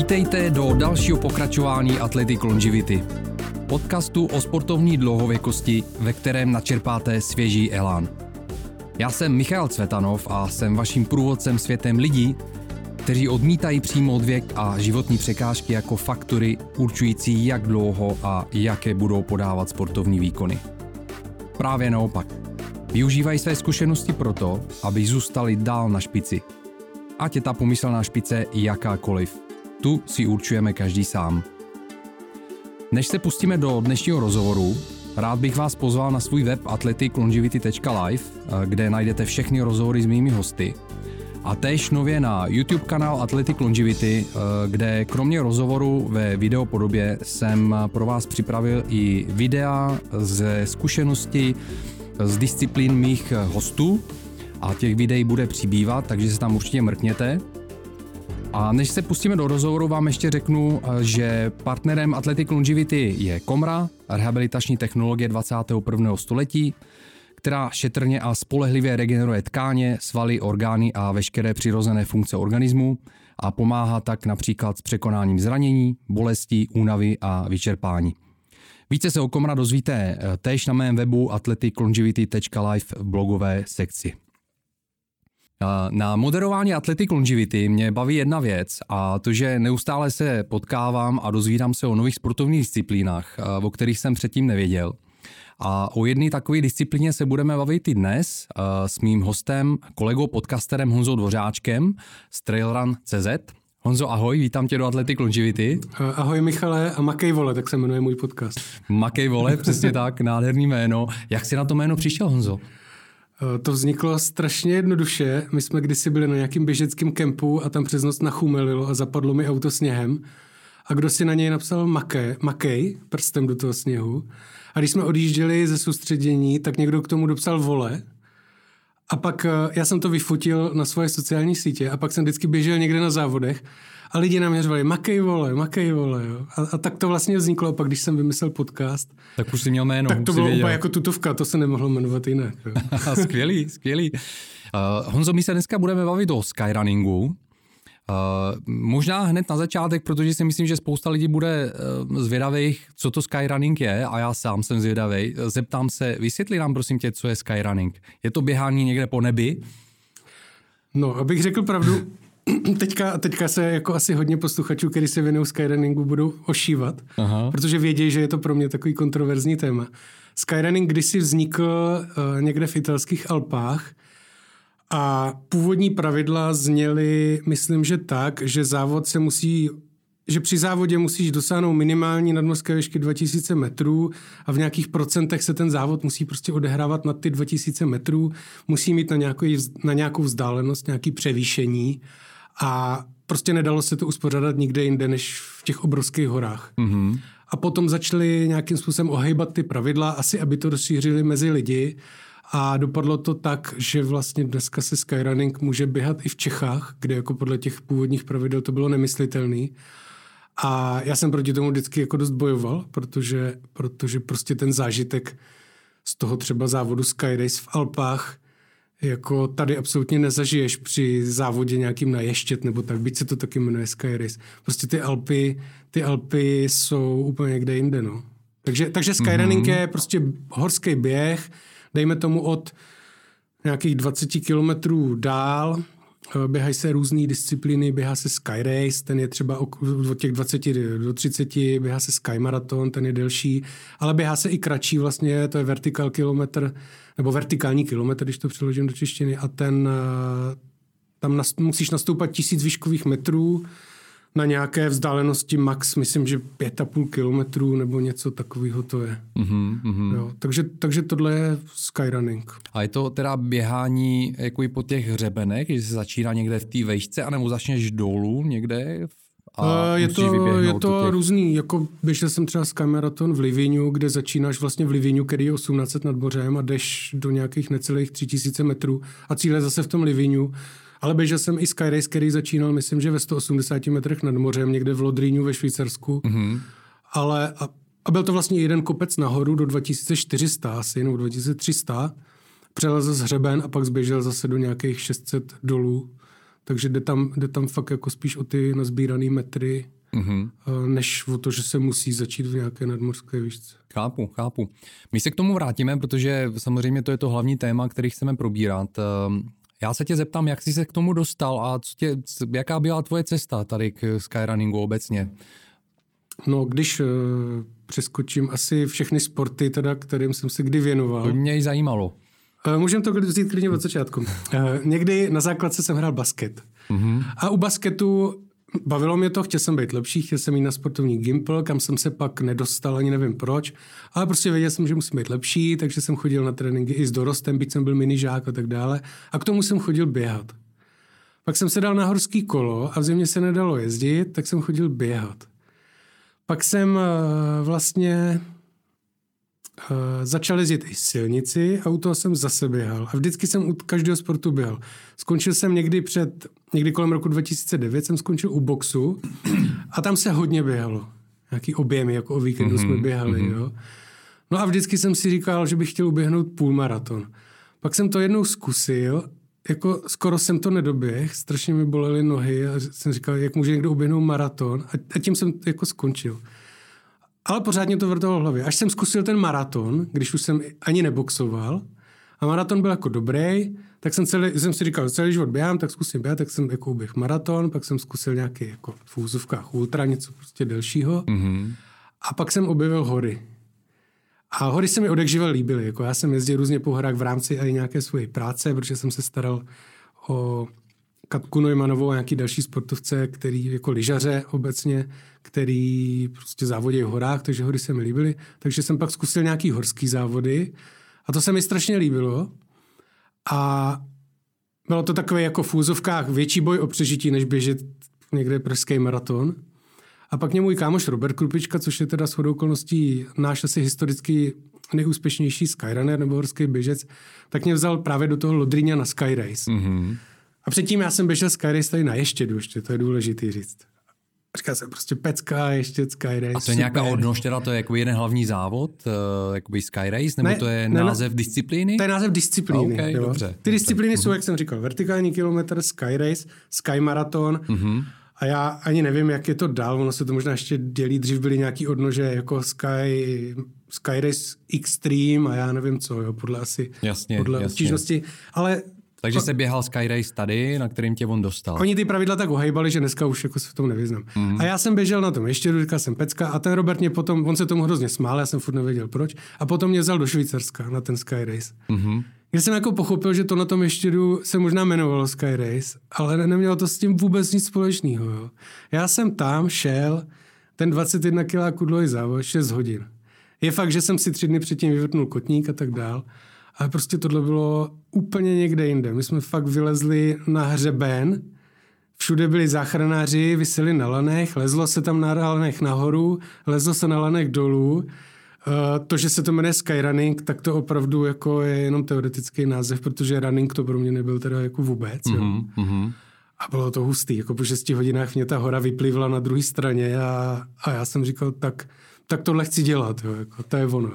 Vítejte do dalšího pokračování Athletic Longevity, podcastu o sportovní dlouhověkosti, ve kterém načerpáte svěží elán. Já jsem Michal Cvetanov a jsem vaším průvodcem světem lidí, kteří odmítají přijmout věk a životní překážky jako faktory určující, jak dlouho a jaké budou podávat sportovní výkony. Právě naopak. Využívají své zkušenosti proto, aby zůstali dál na špici. Ať je ta pomyslná špice jakákoliv. Tu si určujeme každý sám. Než se pustíme do dnešního rozhovoru, rád bych vás pozval na svůj web athleticlongevity.live, kde najdete všechny rozhovory s mými hosty. A též nově na YouTube kanál Athletic Longevity, kde kromě rozhovoru ve videopodobě jsem pro vás připravil i videa ze zkušeností z disciplín mých hostů a těch videí bude přibývat, takže se tam určitě mrkněte. A než se pustíme do rozhovoru, vám ještě řeknu, že partnerem Athletic Longevity je Komra, rehabilitační technologie 21. století, která šetrně a spolehlivě regeneruje tkáně, svaly, orgány a veškeré přirozené funkce organismu a pomáhá tak například s překonáním zranění, bolestí, únavy a vyčerpání. Více se o Komra dozvíte též na mém webu athleticlongevity.live v blogové sekci. Na moderování Athletic Longevity mě baví jedna věc a to, že neustále se potkávám a dozvídám se o nových sportovních disciplínách, o kterých jsem předtím nevěděl. A o jedné takové disciplíně se budeme bavit i dnes s mým hostem, kolegou podcasterem Honzou Dvořáčkem z trailrun.cz. Honzo, ahoj, vítám tě do Athletic Longevity. Ahoj Michale, a Makej vole, tak se jmenuje můj podcast. Makej vole, přesně tak, nádherný jméno. Jak jsi na to jméno přišel, Honzo? To vzniklo strašně jednoduše. My jsme kdysi byli na nějakým běžeckém kempu a tam přes noc nachumelilo a zapadlo mi auto sněhem. A kdo si na něj napsal Makej prstem do toho sněhu. A když jsme odjížděli ze soustředění, tak někdo k tomu dopsal vole. A pak já jsem to vyfotil na svoje sociální sítě a pak jsem vždycky běžel někde na závodech a lidi nám řvali Makej vole. Jo. A tak to vlastně vzniklo. A pak když jsem vymyslel podcast, tak už jsi měl jméno. Tak to bylo úplně jako tutovka, to se nemohlo jmenovat jinak. Skvělý. Honzo, my se dneska budeme bavit o skyrunningu. Možná hned na začátek, protože si myslím, že spousta lidí bude zvědavých, co to skyrunning je, a já sám jsem zvědavej. Zeptám se, vysvětli nám prosím tě, co je skyrunning. Je to běhání někde po nebi? No, abych řekl pravdu, teďka se jako asi hodně posluchačů, kteří se věnují skyrunningu, budou ošívat, protože vědí, že je to pro mě takový kontroverzní téma. Skyrunning kdysi vznikl někde v italských Alpách a původní pravidla zněly, myslím, že tak, že že při závodě musíš dosáhnout minimální nadmořské výšky 2000 metrů a v nějakých procentech se ten závod musí prostě odehrávat nad ty 2000 metrů, musí mít na nějakou vzdálenost, nějaký převýšení a prostě nedalo se to uspořádat nikde jinde, než v těch obrovských horách. Mm-hmm. A potom začali nějakým způsobem ohejbat ty pravidla, asi aby to rozšířili mezi lidi. A dopadlo to tak, že vlastně dneska se skyrunning může běhat i v Čechách, kde jako podle těch původních pravidel to bylo nemyslitelný. A já jsem proti tomu vždycky jako dost bojoval, protože prostě ten zážitek z toho třeba závodu Skyrace v Alpách jako tady absolutně nezažiješ při závodě nějakým na Ještěd nebo tak, byť se to taky jmenuje Skyrace. Prostě ty Alpy jsou úplně někde jinde, no. Takže skyrunning je prostě horský běh, dejme tomu od nějakých 20 kilometrů dál, běhají se různé disciplíny, běhá se Skyrace, ten je třeba od těch 20 do 30, běhá se Skymarathon, ten je delší, ale běhá se i kratší vlastně, to je vertikál kilometr, nebo vertikální kilometr, když to přeložím do češtiny, a tam musíš nastoupat 1000 výškových metrů, na nějaké vzdálenosti max, myslím, že 5,5 kilometrů nebo něco takového to je. Jo, takže tohle je skyrunning. A je to teda běhání jako i po těch hřebenech, že se začíná někde v té vejšce, anebo začneš dolů někde? Je to různý. Jako běžel jsem třeba Skymarathon v Livíňu, kde začínáš vlastně v Livíňu, který je 1800 nad mořem a jdeš do nějakých necelých 3000 metrů a cíle zase v tom Livíňu. Ale běžel jsem i Skyrace, který začínal, myslím, že ve 180 metrech nad mořem, někde v Lodrýňu ve Švýcarsku. Mm-hmm. Ale a byl to vlastně jeden kopec nahoru do 2400 asi, nebo 2300. Přelezl z hřeben a pak zběžel zase do nějakých 600 dolů. Takže jde tam fakt jako spíš o ty nazbíraný metry. než o to, že se musí začít v nějaké nadmořské výšce. Chápu. My se k tomu vrátíme, protože samozřejmě to je to hlavní téma, který chceme probírat. Já se tě zeptám, jak jsi se k tomu dostal a jaká byla tvoje cesta tady k skyrunningu obecně? No, když přeskočím asi všechny sporty, teda, kterým jsem se kdy věnoval. To mě i zajímalo. Můžeme to vzít klidně od začátku. Někdy na základce jsem hrál basket. A u basketu bavilo mě to, chtěl jsem být lepší, chtěl jsem jít na sportovní gympl, kam jsem se pak nedostal, ani nevím proč, ale prostě věděl jsem, že musím být lepší, takže jsem chodil na tréninky i s dorostem, byť jsem byl minižák a tak dále. A k tomu jsem chodil běhat. Pak jsem se dal na horský kolo a v zimě se nedalo jezdit, tak jsem chodil běhat. Pak jsem vlastně začal jezdit i silnici a u toho jsem zase běhal. A vždycky jsem u každého sportu běhal. Skončil jsem někdy kolem roku 2009 jsem skončil u boxu a tam se hodně běhalo. Nějaký objemy, jako o víkendu jsme běhali. Jo? No a vždycky jsem si říkal, že bych chtěl uběhnout půlmaraton. Pak jsem to jednou zkusil, jako skoro jsem to nedoběhl, strašně mi bolely nohy a jsem říkal, jak může někdo uběhnout maraton a tím jsem jako skončil. Ale pořád mě to vrtalo v hlavě. Až jsem zkusil ten maraton, když už jsem ani neboxoval a maraton byl jako dobrý, tak jsem si říkal, celý život běhám, tak zkusím běhat, tak jsem jako uběhl maraton, pak jsem zkusil nějaký jako v úzovkách ultra, něco prostě delšího. A pak jsem objevil hory. A hory se mi odjakživa líbily. Jako já jsem jezdil různě po horách v rámci i nějaké své práce, protože jsem se staral o Katku Neumannovou a nějaký další sportovce, který jako lyžaře obecně, který prostě závodí v horách, takže hory se mi líbily. Takže jsem pak zkusil nějaký horský závody a to se mi strašně líbilo. A bylo to takový jako v úzovkách větší boj o přežití, než běžet někde pražský maraton. A pak mě můj kámoš Robert Krupička, což je teda shodou okolností náš asi historicky nejúspěšnější skyrunner nebo horský běžec, tak mě vzal právě do toho Lodryňa na Skyrace. A předtím já jsem běžel Skyrace tady na Ještědu, ještě to je důležitý říct. Říkal jsem prostě pecka, ještě Skyrace. A to je nějaká odnož, teda to je jako jeden hlavní závod, jakoby Skyrace, nebo to je název disciplíny? To je název disciplíny. Okay, dobře. Ty disciplíny jsou, jak jsem říkal, vertikální kilometr, Skyrace, Skymaraton. A já ani nevím, jak je to dál, ono se to možná ještě dělí, dřív byly nějaký odnože jako Skyrace Extreme a já nevím co, jo, podle obtížnosti, ale... Takže se běhal Skyrace tady, na kterým tě on dostal. Oni ty pravidla tak ohejbali, že dneska už jako se v tom nevyznám. A já jsem běžel na tom ještě, říkal jsem pecka a ten Robert mě potom, on se tomu hrozně smál, já jsem furt nevěděl proč, a potom mě vzal do Švýcarska na ten Skyrace. Kde jsem jako pochopil, že to na tom Ještědu se možná jmenovalo Skyrace, ale nemělo to s tím vůbec nic společného. Jo. Já jsem tam šel, ten 21 kiláků dlouhý závod, 6 hodin. Je fakt, že jsem si 3 dny předtím vyvrtnul kotník a tak dál, ale prostě tohle bylo úplně někde jinde. My jsme fakt vylezli na hřeben, všude byli záchranáři, viseli na lanech, lezlo se tam na lanech nahoru, lezlo se na lanech dolů. To, že se to jmenuje skyrunning, tak to opravdu jako je jenom teoretický název, protože running to pro mě nebyl teda jako vůbec. A bylo to hustý. Jako po 6 hodinách mě ta hora vyplývala na druhé straně a já jsem říkal, tak tohle chci dělat. Jo, jako, to je ono.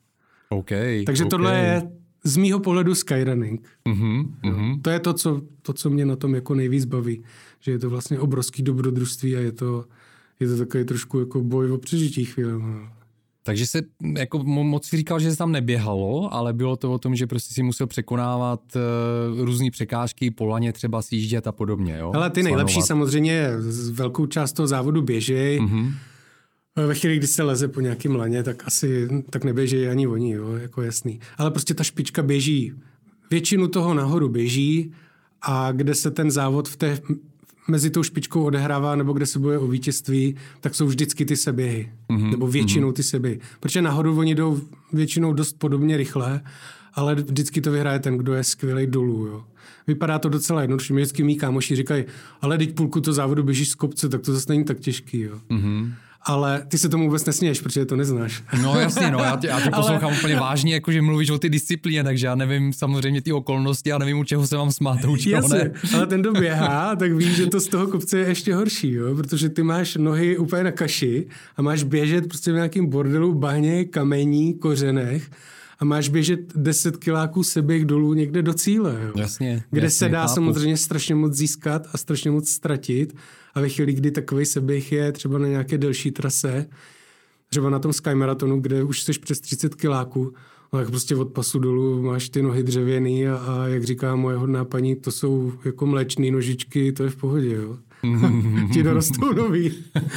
Takže tohle je z mýho pohledu skyrunning. To je to, co mě na tom jako nejvíc baví. Že je to vlastně obrovský dobrodružství a je to takový trošku jako boj o přežití chvíle. Takže se jako moc si říkal, že se tam neběhalo, ale bylo to o tom, že prostě si musel překonávat různý překážky, po laně třeba sjíždět a podobně. Jo? Ale ty nejlepší samozřejmě z velkou část toho závodu běžej. Ve chvíli, kdy se leze po nějakým laně, tak neběžejí ani oni, jo, jako jasný. Ale prostě ta špička běží. Většinu toho nahoru běží a kde se ten závod mezi tou špičkou odehrává, nebo kde se boje o vítězství, tak jsou vždycky ty seběhy. Nebo většinou ty seběhy. Protože nahoru oni jdou většinou dost podobně rychle, ale vždycky to vyhraje ten, kdo je skvělej dolů. Jo. Vypadá to docela jednoduše. Vždycky mý kámoši říkají, ale teď půlku to závodu běžíš z kopce, tak to zase není tak těžký. Jo. Ale ty se tomu vůbec nesměješ, protože to neznáš. No jasně, no, já tě poslouchám úplně vážně, jakože mluvíš o ty disciplíně, takže já nevím samozřejmě ty okolnosti, já nevím, u čeho se mám smát, u čeho ne. Ale ten, kdo běhá, tak ví, že to z toho kopce je ještě horší, jo? Protože ty máš nohy úplně na kaši a máš běžet prostě v nějakým bordelu, bahně, kamení, kořenech a máš běžet 10 kiláků seběh dolů někde do cíle. Jo? Jasně. Kde se dá samozřejmě strašně moc získat a strašně moc ztratit. A ve chvíli, kdy takovej seběh je třeba na nějaké delší trase, třeba na tom Sky Marathonu, kde už jsi přes 30 kiláků, tak prostě od pasu dolů máš ty nohy dřevěný a jak říká moje hodná paní, to jsou jako mléčné nožičky, to je v pohodě, jo. Ti dorostou nový.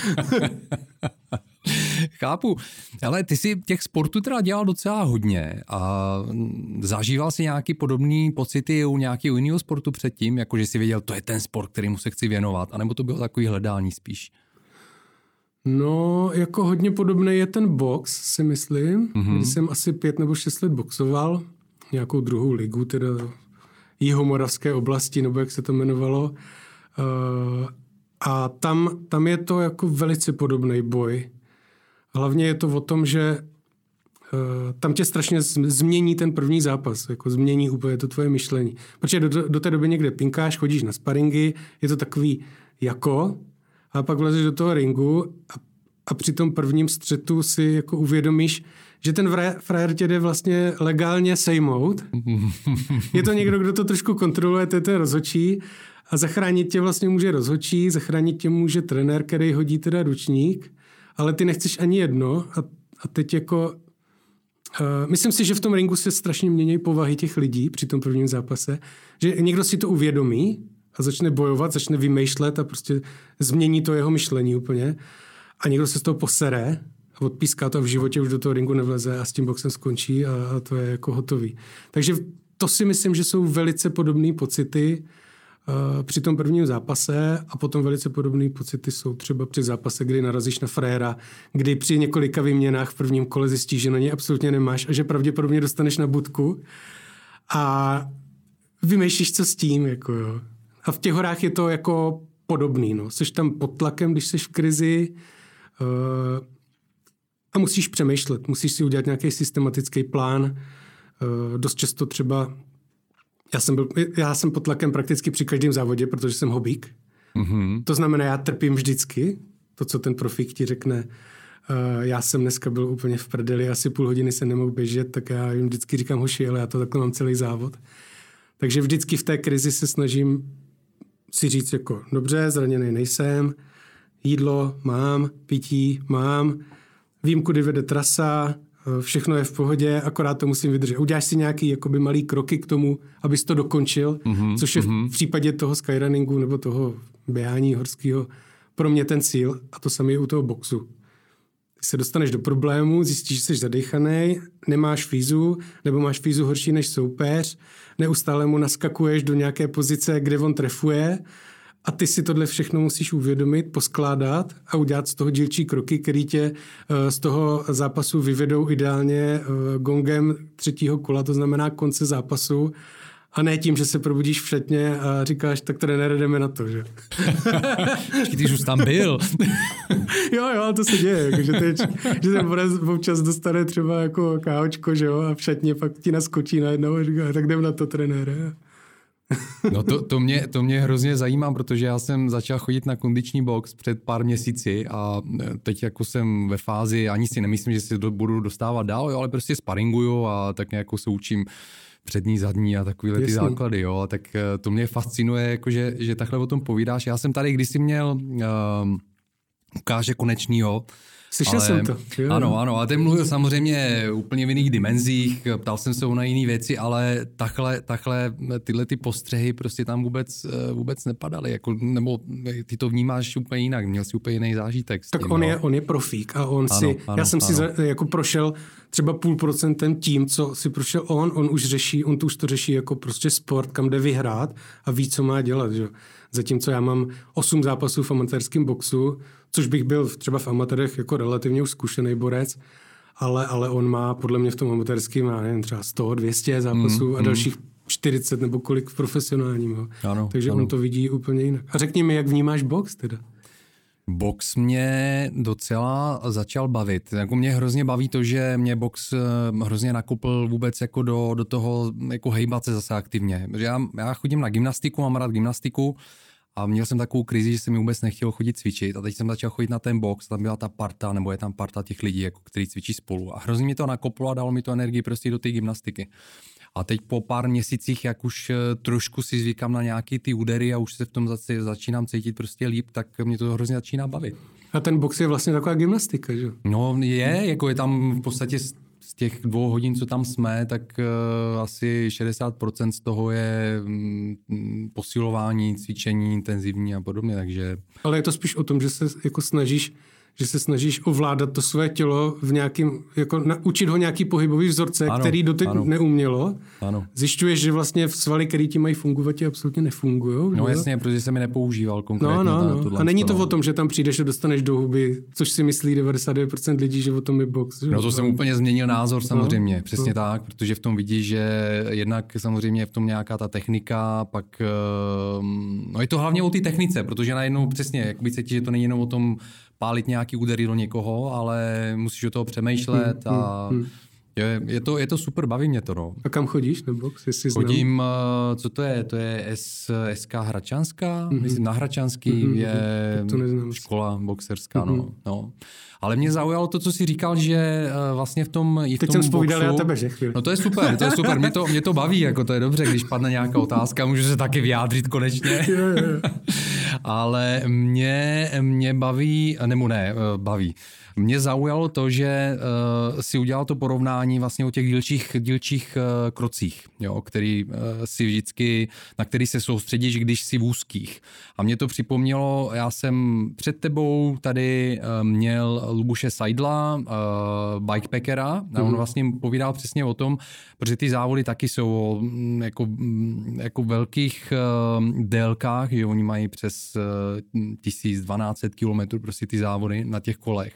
Chápu, ale ty si těch sportů teda dělal docela hodně a zažíval si nějaký podobný pocity u nějakého jiného sportu předtím, jakože si věděl, to je ten sport, kterému se chci věnovat, anebo to bylo takový hledání spíš? No, jako hodně podobný je ten box, si myslím. Když jsem asi 5 nebo 6 let boxoval, nějakou druhou ligu, teda jihomoravské oblasti, nebo jak se to jmenovalo. A tam je to jako velice podobný boj. Hlavně je to o tom, že tam tě strašně změní ten první zápas, jako změní úplně to tvoje myšlení. Protože do té doby někde pinkáš, chodíš na sparingy, je to takový jako, a pak vlezeš do toho ringu a při tom prvním střetu si jako uvědomíš, že ten frajer tě jde vlastně legálně sejmout. Je to někdo, kdo to trošku kontroluje, to je ten rozhodčí a zachránit tě vlastně může rozhodčí, zachránit tě může trenér, který hodí teda ručník, ale ty nechceš ani jedno a teď jako myslím si, že v tom ringu se strašně mění povahy těch lidí při tom prvním zápase, že někdo si to uvědomí a začne bojovat, začne vymýšlet a prostě změní to jeho myšlení úplně a někdo se z toho posere a odpíská to a v životě už do toho ringu nevleze a s tím boxem skončí a to je jako hotový. Takže to si myslím, že jsou velice podobné pocity při tom prvním zápase a potom velice podobné pocity jsou třeba při zápase, kdy narazíš na frajera, kdy při několika výměnách v prvním kole zjistíš, že na něj absolutně nemáš a že pravděpodobně dostaneš na budku a vymýšlíš, co s tím. Jako jo. A v těch horách je to jako podobný. No. Jsi tam pod tlakem, když jsi v krizi a musíš přemýšlet. Musíš si udělat nějaký systematický plán. Dost často třeba já jsem pod tlakem prakticky při každém závodě, protože jsem hobík. Mm-hmm. To znamená, já trpím vždycky. To, co ten profík ti řekne, já jsem dneska byl úplně v prdeli, asi půl hodiny se nemohl běžet, tak já jim vždycky říkám, hoši, ale já to takhle mám celý závod. Takže vždycky v té krizi se snažím si říct jako, dobře, zraněný nejsem, jídlo mám, pití mám, vím, kudy vede trasa, všechno je v pohodě, akorát to musím vydržet. Uděláš si nějaký jakoby malý kroky k tomu, abys to dokončil, což je v případě toho skyrunningu nebo toho běhání horského pro mě ten cíl a to samé je u toho boxu. Když se dostaneš do problému, zjistíš, že jsi zadechanej, nemáš fízu, nebo máš fízu horší než soupeř, neustále mu naskakuješ do nějaké pozice, kde on trefuje a ty si tohle všechno musíš uvědomit, poskládat a udělat z toho dílčí kroky, který tě z toho zápasu vyvedou ideálně gongem 3. kola, to znamená konce zápasu, a ne tím, že se probudíš v šatně a říkáš, tak trenére, jdeme na to, že? Ty už tam byl. jo, to se děje, jako, že ten borec občas dostane třeba jako káočko, že jo, a v šatně pak ti naskočí najednou a říká, tak jdem na to, trenére. No to mě hrozně zajímá, protože já jsem začal chodit na kondiční box před pár měsíci a teď jako jsem ve fázi, ani si nemyslím, že si budu dostávat dál, jo, ale prostě sparinguju a tak nějakou se učím přední, zadní a takovýhle ty základy, jo, tak to mě fascinuje, jako že takhle o tom povídáš. Já jsem tady kdysi měl Lukáše Konečnýho. Slyšel jsem to. Jo. Ano, a ten mluvil samozřejmě úplně v jiných dimenzích, ptal jsem se na jiné věci, ale takhle tyhle ty postřehy prostě tam vůbec nepadaly, jako, nebo ty to vnímáš úplně jinak, měl si úplně jiný zážitek. Tak tím, on je profík a já jsem si jako prošel třeba 0,5% tím, co si prošel on už to řeší jako prostě sport, kam jde vyhrát a ví, co má dělat, že? Zatímco já mám 8 zápasů v amatérském boxu, což bych byl třeba v amatérech jako relativně už zkušený borec, ale on má podle mě v tom amatérském, já nevím, třeba 100, 200 zápasů a dalších 40 nebo kolik v profesionálním. Takže on to vidí úplně jinak. A řekni mi, jak vnímáš box teda? Box mě docela začal bavit. Jako mě hrozně baví to, že mě box hrozně nakopl vůbec jako do toho jako hejbat se zase aktivně. Já chodím na gymnastiku, mám rád gymnastiku a měl jsem takovou krizi, že jsem mi vůbec nechtěl chodit cvičit a teď jsem začal chodit na ten box, tam byla ta parta, nebo je tam parta těch lidí, jako, kteří cvičí spolu a hrozně mi to nakoplo a dalo mi to energii prostě do té gymnastiky. A teď po pár měsících, jak už trošku si zvykám na nějaký ty údery a už se v tom začínám cítit prostě líp, tak mě to hrozně začíná bavit. A ten box je vlastně taková gymnastika, že? No jako je tam v podstatě z těch 2 hodin, co tam jsme, tak asi 60% z toho je posilování, cvičení intenzivní a podobně, takže... Ale je to spíš o tom, že se jako snažíš ovládat to své tělo v nějakým, jako učit ho nějaký pohybový vzorce, ano, který doteď neumělo. Ano. Zjišťuješ, že vlastně v svaly, který ti mají fungovat, ti absolutně nefungujou. No jasně, protože jsem je nepoužíval konkrétně. A není to o tom, že tam přijdeš a dostaneš do huby, což si myslí 99% lidí, že o tom je box. Že? No to jsem úplně změnil názor samozřejmě, přesně tak, protože v tom vidíš, že jednak samozřejmě je v tom nějaká ta technika, pak no je to hlavně o té technice, protože najednou přesně, jakoby cítíš, že to není jenom o tom pálit nějaký údery do někoho, ale musíš o toho přemýšlet a je to super, baví mě to. No. A kam chodíš na box? Chodím, co to je? To je SK Hračanská, myslím na Hračanský je škola boxerská, no. Ale mě zaujalo to, co jsi říkal, že vlastně v tom teď jsem zpovídal já tebe, že chvíli. No to je super, mě to baví, jako to je dobře, když padne nějaká otázka, můžu se taky vyjádřit konečně. Ale mě baví, baví. Mě zaujalo to, že si udělal to porovnání vlastně o těch dílčích krocích, jo, na který se soustředíš, když jsi v úzkých. A mě to připomnělo, já jsem před tebou tady měl Lubuše Seidla, bikepackera, a on vlastně povídal přesně o tom, protože ty závody taky jsou jako velkých délkách, že oni mají přes 1200 kilometrů prostě ty závody na těch kolech.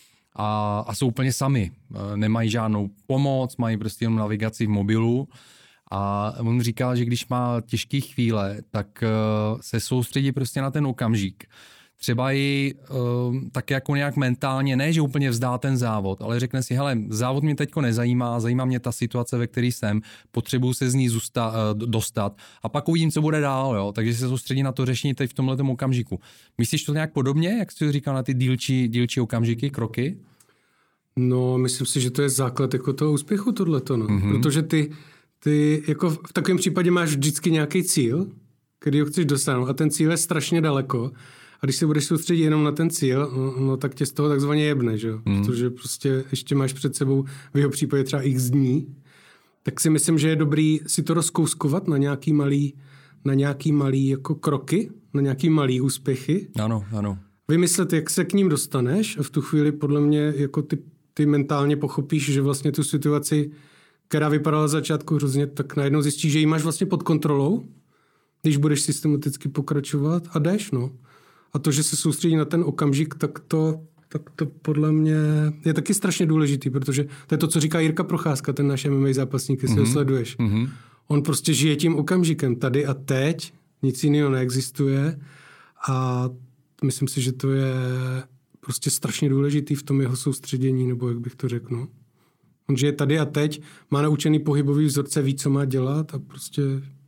A jsou úplně sami. Nemají žádnou pomoc, mají prostě jenom navigaci v mobilu. A on říkal, že když má těžké chvíle, tak se soustředí prostě na ten okamžik. Třeba i tak jako nějak mentálně, ne, že úplně vzdá ten závod, ale řekne si, hele, závod mě teďko nezajímá, zajímá mě ta situace, ve které jsem, potřebuju se z ní dostat a pak uvidím, co bude dál, jo? Takže se soustředí na to řešení teď v tomhletom okamžiku. Myslíš to nějak podobně, jak jsi říkal, na ty dílčí okamžiky, kroky? No, myslím si, že to je základ jako toho úspěchu tohleto, no. Protože ty jako v takovém případě máš vždycky nějaký cíl, který ho chceš dosáhnout a ten cíl je strašně daleko. A když se budeš soustředit jenom na ten cíl, no tak tě z toho takzvaně jebne, že jo? Protože prostě ještě máš před sebou v jeho případě třeba x dní, tak si myslím, že je dobrý si to rozkouskovat na nějaký malý jako kroky, na nějaký malý úspěchy. Ano. Vymyslet, jak se k ním dostaneš a v tu chvíli podle mě jako ty mentálně pochopíš, že vlastně tu situaci, která vypadala z začátku hrozně, tak najednou zjistíš, že ji máš vlastně pod kontrolou, když budeš systematicky pokračovat a jdeš, no. A to, že se soustředí na ten okamžik, tak to podle mě je taky strašně důležitý, protože to je to, co říká Jirka Procházka, ten náš MMA zápasník, jestli ho sleduješ. On prostě žije tím okamžikem, tady a teď, nic jiného neexistuje a myslím si, že to je prostě strašně důležitý v tom jeho soustředění, nebo jak bych to řekl, no. On žije tady a teď, má naučený pohybový vzorce, ví, co má dělat a prostě...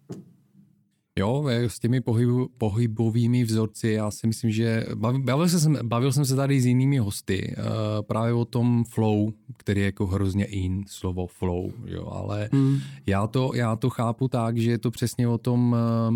Jo, s těmi pohybovými vzorci, já si myslím, že bavil jsem se tady s jinými hosty právě o tom flow, který je jako hrozně slovo flow, jo, ale já to chápu tak, že je to přesně o tom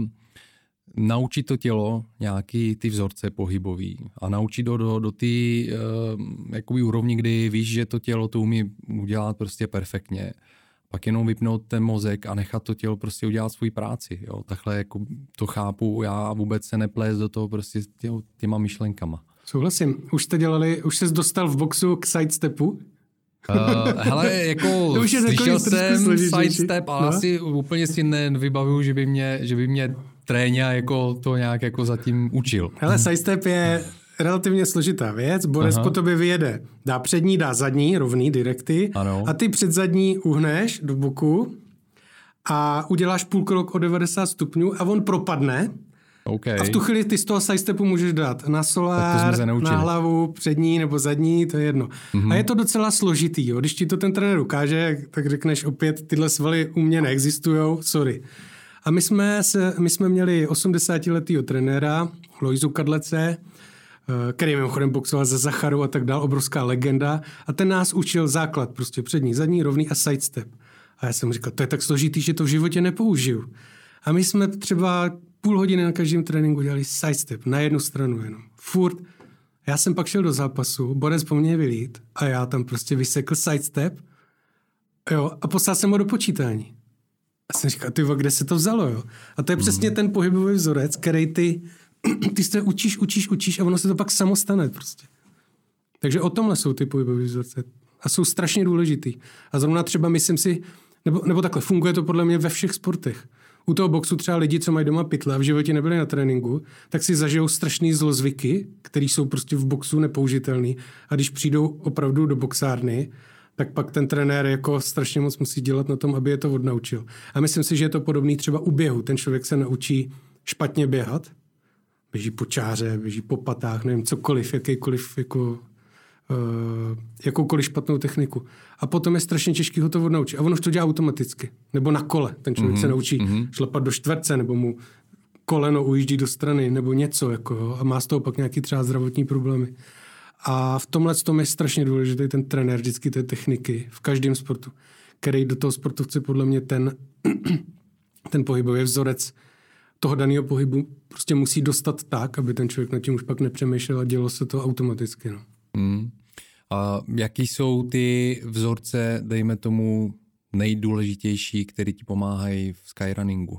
naučit to tělo nějaký ty vzorce pohybový a naučit do té jakoby úrovni, kdy víš, že to tělo to umí udělat prostě perfektně. Pak jenom vypnout ten mozek a nechat to tělo prostě udělat svou práci. Jo. Takhle jako to chápu, já vůbec se neplést do toho prostě těma myšlenkama. Souhlasím. Už ses dostal v boxu k sidestepu? Hele, jako slyšel jsem sidestep, ale asi úplně si nevybavuju, že by mě trénia jako to nějak jako zatím učil. Hele, sidestep je relativně složitá věc. Borec po tobě vyjede. Dá přední, dá zadní, rovný, direkty. Ano. A ty před zadní uhneš do boku a uděláš půlkrok o 90 stupňů a on propadne. Okay. A v tu chvíli ty z toho sidestepu můžeš dát na solár, na hlavu, přední nebo zadní, to je jedno. A je to docela složitý. Jo? Když ti to ten trenér ukáže, tak řekneš opět, tyhle svaly u mě neexistujou, sorry. A my jsme měli 80letýho trenéra, Lojzu Kadlece, který mimochodem boxoval za Zacharu a tak dál, obrovská legenda. A ten nás učil základ, prostě přední, zadní, rovný a sidestep. A já jsem říkal, to je tak složitý, že to v životě nepoužiju. A my jsme třeba půl hodiny na každém tréninku dělali sidestep, na jednu stranu jenom. Furt. Já jsem pak šel do zápasu, borec po mně vylít a já tam prostě vysekl sidestep, jo, a poslal jsem ho do počítání. A jsem říkal, tyvo, kde se to vzalo, jo? A to je přesně ten pohybový vzorec, který ty se učíš a ono se to pak samo stane prostě. Takže o tomhle jsou ty pohybové vzorce. A jsou strašně důležitý. A zrovna třeba myslím si, nebo takhle, funguje to podle mě ve všech sportech. U toho boxu třeba lidi, co mají doma pytle a v životě nebyli na tréninku, tak si zažijou strašný zlozvyky, které jsou prostě v boxu nepoužitelný. A když přijdou opravdu do boxárny, tak pak ten trenér jako strašně moc musí dělat na tom, aby je to odnaučil. A myslím si, že je to podobný třeba u běhu. Ten člověk se naučí špatně běhat, běží po čáře, běží po patách, nevím, cokoliv, jakoukoliv špatnou techniku. A potom je strašně těžký ho to odnaučit. A on už to dělá automaticky. Nebo na kole. Ten člověk se naučí šlapat do čtverce, nebo mu koleno ujíždí do strany, nebo něco. Jako, a má z toho pak nějaký třeba zdravotní problémy. A v tomhle tom je strašně důležitý ten trenér vždycky té techniky v každém sportu, který do toho sportu chce podle mě ten pohybový vzorec toho daného pohybu prostě musí dostat tak, aby ten člověk nad tím už pak nepřemýšlel a dělo se to automaticky. No. A jaký jsou ty vzorce, dejme tomu, nejdůležitější, který ti pomáhají v skyrunningu?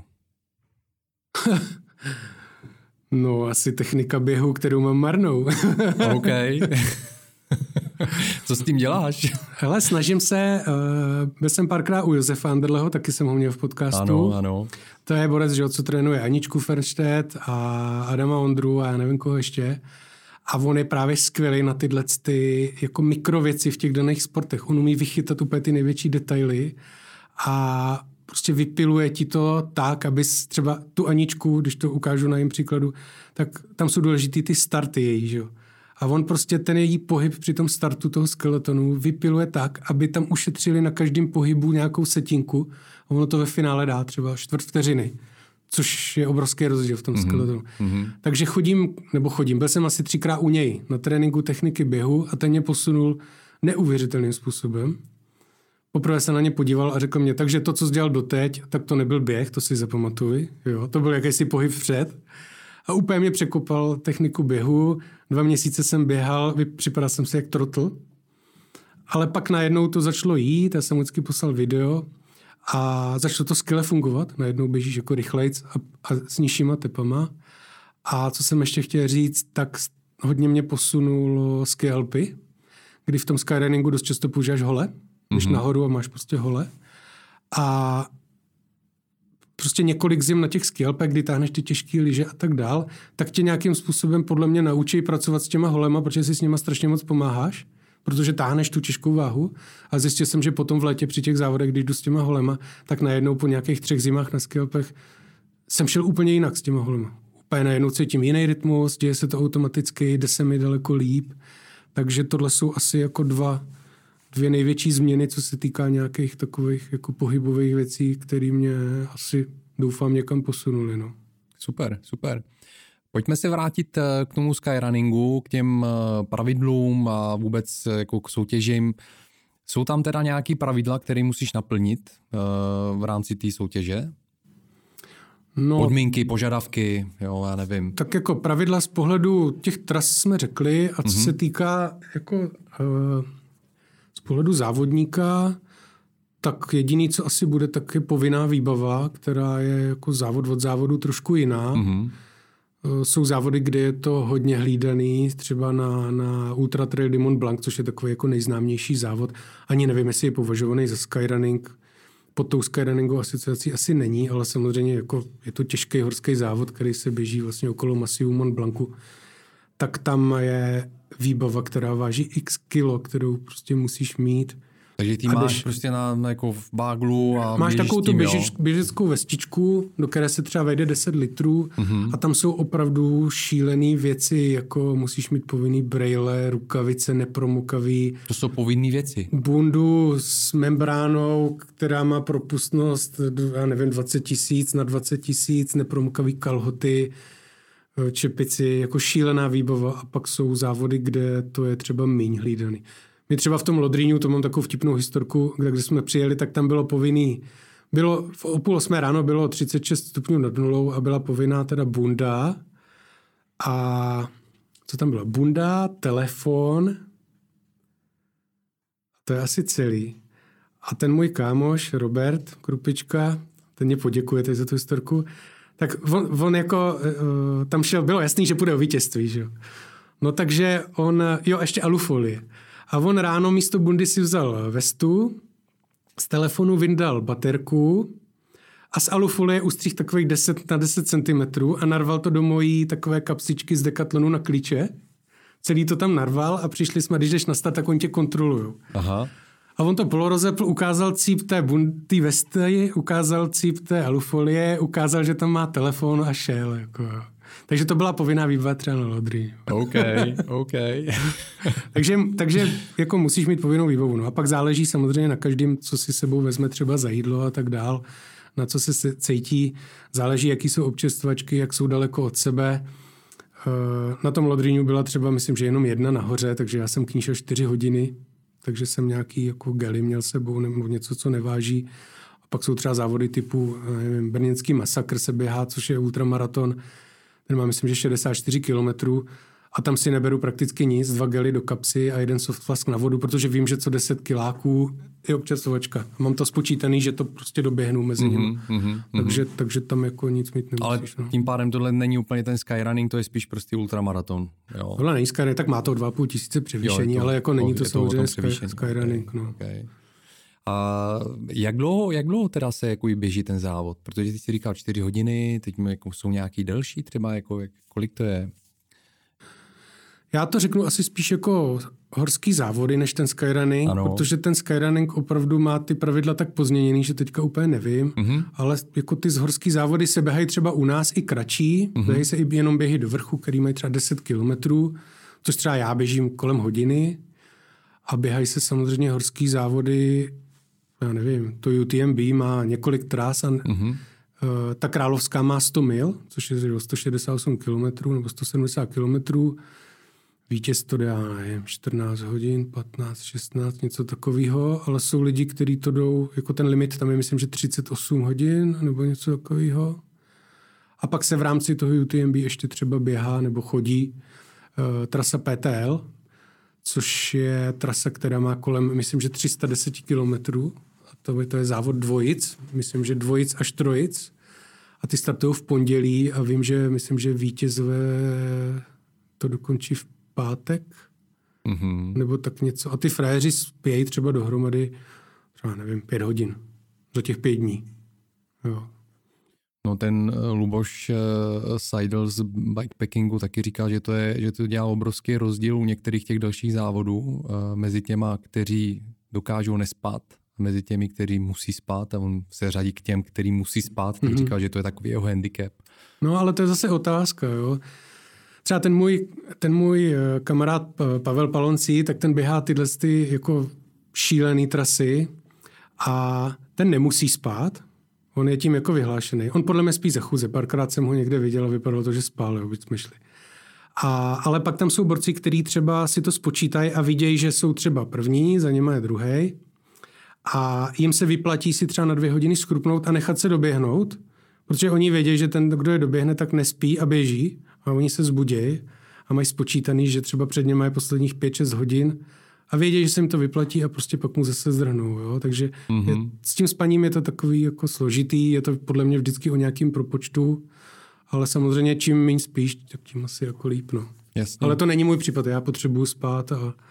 No, asi technika běhu, kterou mám marnou. OK. Co s tím děláš? Hele, snažím se, byl jsem párkrát u Josefa Anderleho, taky jsem ho měl v podcastu. Ano. To je borec, že co trénuje Aničku Fernstedt a Adama Ondru a já nevím koho ještě. A on je právě skvělý na tyhle jako mikrověci v těch daných sportech. On umí vychytat úplně ty největší detaily a prostě vypiluje ti to tak, aby třeba tu Aničku, když to ukážu na jejím příkladu, tak tam jsou důležitý ty starty její, že jo. A on prostě ten její pohyb při tom startu toho skeletonu vypiluje tak, aby tam ušetřili na každém pohybu nějakou setinku a ono to ve finále dá třeba 1/4 vteřiny, což je obrovský rozdíl v tom skeletonu. Takže byl jsem asi 3krát u něj na tréninku techniky běhu a ten mě posunul neuvěřitelným způsobem. Poprvé se na ně podíval a řekl mě, takže to, co jsi dělal doteď, tak to nebyl běh, to si zapamatuj. Jo, to byl jakýsi pohyb vpřed. A úplně mě překopal techniku běhu. 2 měsíce jsem běhal, připadal jsem si jak trotl. Ale pak najednou to začalo jít, já jsem vždycky poslal video a začalo to skvěle fungovat. Najednou běžíš jako rychlejc a s nižšíma tepama. A co jsem ještě chtěl říct, tak hodně mě posunulo ski alpy, kdy v tom skyrunningu dost často používáš hole. Jdeš nahoru a máš prostě hole. A prostě několik zim na těch ski alpech, kdy táhneš ty těžké lyže a tak dál, tak tě nějakým způsobem podle mě naučí pracovat s těma holema, protože si s nima strašně moc pomáháš, protože táhneš tu těžkou váhu. A zjistil jsem, že potom v létě při těch závodech, když jdu s těma holema, tak najednou po nějakých 3 zimách na ski alpech jsem šel úplně jinak s těma holema. Úplně najednou cítím jiný rytmus, děje se to automaticky, jde se mi daleko líp. Takže tohle jsou asi jako dvě největší změny, co se týká nějakých takových jako pohybových věcí, které mě asi doufám někam posunuli. No. Super. Pojďme se vrátit k tomu skyrunningu, k těm pravidlům a vůbec jako k soutěžím. Jsou tam teda nějaké pravidla, které musíš naplnit v rámci té soutěže? No, podmínky, požadavky, jo, já nevím. Tak jako pravidla z pohledu těch tras jsme řekli a co se týká jako z pohledu závodníka, tak jediný, co asi bude, tak je povinná výbava, která je jako závod od závodu trošku jiná. Jsou závody, kde je to hodně hlídaný, třeba na Ultra Trail du Mont Blanc, což je takový jako nejznámější závod. Ani nevím, jestli je považovaný za skyrunning. Pod tou skyrunningovou asociací asi není, ale samozřejmě jako je to těžký horský závod, který se běží vlastně okolo masivu Mont Blancu. Tak tam je výbava, která váží x kilo, kterou prostě musíš mít. Takže ty máš prostě jako v báglu a máš takovou tu běžeckou vestičku, do které se třeba vejde 10 litrů a tam jsou opravdu šílený věci, jako musíš mít povinný brejle, rukavice nepromokavý. To jsou povinné věci. Bundu s membránou, která má propustnost, já nevím, 20 000 na 20 000, nepromokavý kalhoty, čepici, jako šílená výbava a pak jsou závody, kde to je třeba míň hlídaný. My třeba v tom Lodrýňu, to mám takovou vtipnou historku, kde jsme přijeli, tak tam bylo povinný, v 7:30 ráno bylo 36 stupňů nad nulou a byla povinná teda bunda a co tam bylo? Bunda, telefon, to je asi celý. A ten můj kámoš, Robert Krupička, ten mě poděkuje teď za tu historku, tak on jako tam šel, bylo jasný, že půjde o vítězství, že jo. No takže ještě alufolie. A on ráno místo bundy si vzal vestu, z telefonu vyndal baterku a z alufolie ustřih takových 10 na 10 cm a narval to do mojí takové kapsičky z Decathlonu na klíče. Celý to tam narval a přišli jsme, když jdeš na start, tak oni tě kontrolujou. Aha. A on to polorozepl, ukázal cíp té vesty, ukázal cíp té alufolie, ukázal, že tam má telefon a šel. Jako. Takže to byla povinná výbava třeba na Lodry. OK. takže jako musíš mít povinnou výbavu. No a pak záleží samozřejmě na každém, co si sebou vezme třeba za jídlo a tak dál, na co se cítí. Záleží, jaký jsou občerstvačky, jak jsou daleko od sebe. Na tom Lodrýňu byla třeba, myslím, že jenom jedna nahoře, takže já jsem k ní šel 4 hodiny, takže jsem nějaký jako gely měl sebou nebo něco, co neváží. A pak jsou třeba závody typu, nevím, brněnský masakr se běhá, což je ultramaraton. Ten má, myslím, že 64 kilometrů a tam si neberu prakticky nic, 2 gely do kapsy a 1 softflask na vodu, protože vím, že co 10 kiláků je občerstvovačka. Mám to spočítaný, že to prostě doběhnu mezi nimi. Takže tam jako nic mít nemusíš. Ale tím pádem tohle není úplně ten skyrunning, to je spíš prostě ultramaraton. Jo. Tohle není skyrunning, tak má to 2 500 převýšení, ale jako není to samozřejmě skyrunning. No. Okay. A jak dlouho teda se jako běží ten závod? Protože ty jsi říkal 4 hodiny, teď jako jsou nějaký delší třeba, jako kolik to je? Já to řeknu asi spíš jako horský závody, než ten skyrunning, protože ten skyrunning opravdu má ty pravidla tak pozměněný, že teďka úplně nevím, ale jako ty horský závody se běhají třeba u nás i kratší, běhají se i jenom běhy do vrchu, který mají třeba 10 kilometrů, což třeba já běžím kolem hodiny a běhají se samozřejmě horský závody, já nevím, to UTMB má několik tras a ta Královská má 100 mil, což je 168 kilometrů nebo 170 kilometrů. Vítěz to dá, nevím, 14 hodin, 15, 16, něco takového, ale jsou lidi, kteří to jdou, jako ten limit tam je, myslím, že 38 hodin nebo něco takového. A pak se v rámci toho UTMB ještě třeba běhá nebo chodí trasa PTL, což je trasa, která má kolem, myslím, že 310 kilometrů. To je závod dvojic, myslím, že dvojic až trojic. A ty startují v pondělí a vím, že myslím, že vítězové to dokončí v pátek, nebo tak něco. A ty frajeři spějí třeba dohromady, třeba nevím, 5 hodin za těch 5 dní. Jo. No ten Luboš Seidel z bikepackingu taky říkal, že to dělá obrovský rozdíl u některých těch dalších závodů mezi těma, kteří dokážou nespat, mezi těmi, kteří musí spát a on se řadí k těm, kteří musí spát, tak říkal, že to je takový jeho handicap. No ale to je zase otázka, jo. Třeba ten můj kamarád Pavel Paloncí, tak ten běhá tyhle jako šílený trasy a ten nemusí spát. On je tím jako vyhlášený. On podle mě spí za chůze. Párkrát jsem ho někde viděl a vypadalo to, že spál, jo, byť jsme šli. Ale pak tam jsou borci, kteří třeba si to spočítají a vidějí, že jsou třeba první, za nimi je druhý. A jim se vyplatí si třeba na 2 hodiny skrupnout a nechat se doběhnout, protože oni vědí, že ten, kdo je doběhne, tak nespí a běží. A oni se zbudějí a mají spočítaný, že třeba před něma je posledních 5-6 hodin a vědí, že se jim to vyplatí a prostě pak mu zase zdrhnou. Jo? Takže s tím spaním je to takový jako složitý, je to podle mě vždycky o nějakým propočtu, ale samozřejmě čím méně spíš, tak tím asi jako líp. No. Jasně. Ale to není můj případ, já potřebuju spát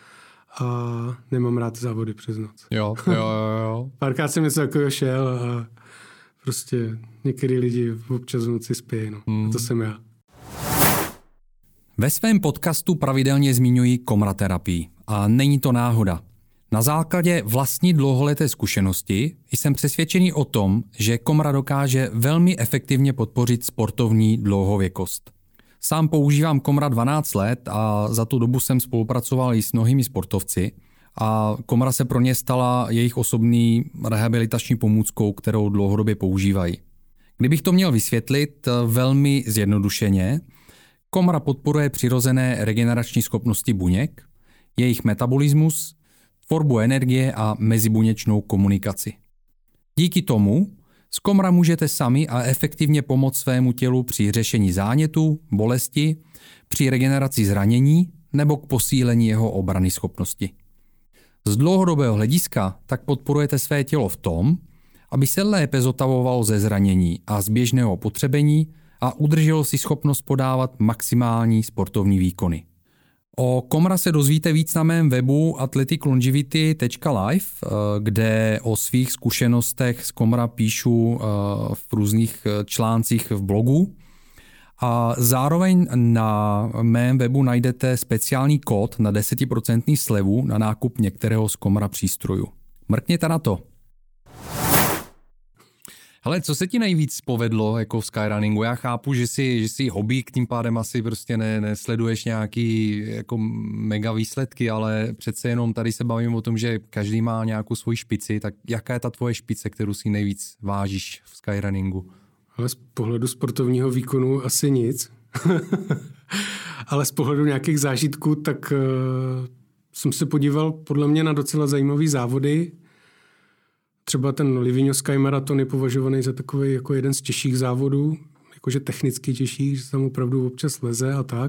a nemám rád závody přes noc. Jo. Párkrát jsem něco takového šel a prostě některý lidi občas v noci spějí. No. A to jsem já. Ve svém podcastu pravidelně zmiňuji komraterapii a není to náhoda. Na základě vlastní dlouholeté zkušenosti jsem přesvědčený o tom, že Komra dokáže velmi efektivně podpořit sportovní dlouhověkost. Sám používám Komra 12 let a za tu dobu jsem spolupracoval i s mnohými sportovci a Komra se pro ně stala jejich osobní rehabilitační pomůckou, kterou dlouhodobě používají. Kdybych to měl vysvětlit velmi zjednodušeně, Komra podporuje přirozené regenerační schopnosti buněk, jejich metabolismus, tvorbu energie a mezibuněčnou komunikaci. Díky tomu z Komra můžete sami a efektivně pomoct svému tělu při řešení zánětu, bolesti, při regeneraci zranění nebo k posílení jeho obrany schopnosti. Z dlouhodobého hlediska tak podporujete své tělo v tom, aby se lépe zotavovalo ze zranění a z běžného potřebení a udrželo si schopnost podávat maximální sportovní výkony. O Komra se dozvíte víc na mém webu athleticlongevity.live, kde o svých zkušenostech z Komra píšu v různých článcích v blogu. A zároveň na mém webu najdete speciální kód na 10% slevu na nákup některého z Komra přístrojů. Mrkněte na to. Hele, co se ti nejvíc povedlo jako v skyrunningu? Já chápu, že jsi hobík, tím pádem asi prostě nesleduješ nějaký jako mega výsledky, ale přece jenom tady se bavím o tom, že každý má nějakou svoji špici, tak jaká je ta tvoje špice, kterou si nejvíc vážíš v skyrunningu? Ale z pohledu sportovního výkonu asi nic. Ale z pohledu nějakých zážitků, tak jsem se podíval podle mě na docela zajímavý závody. Třeba ten Livigno Sky Marathon je považovaný za takový jako jeden z těžších závodů, jakože technicky těžších, že tam opravdu občas leze a tak.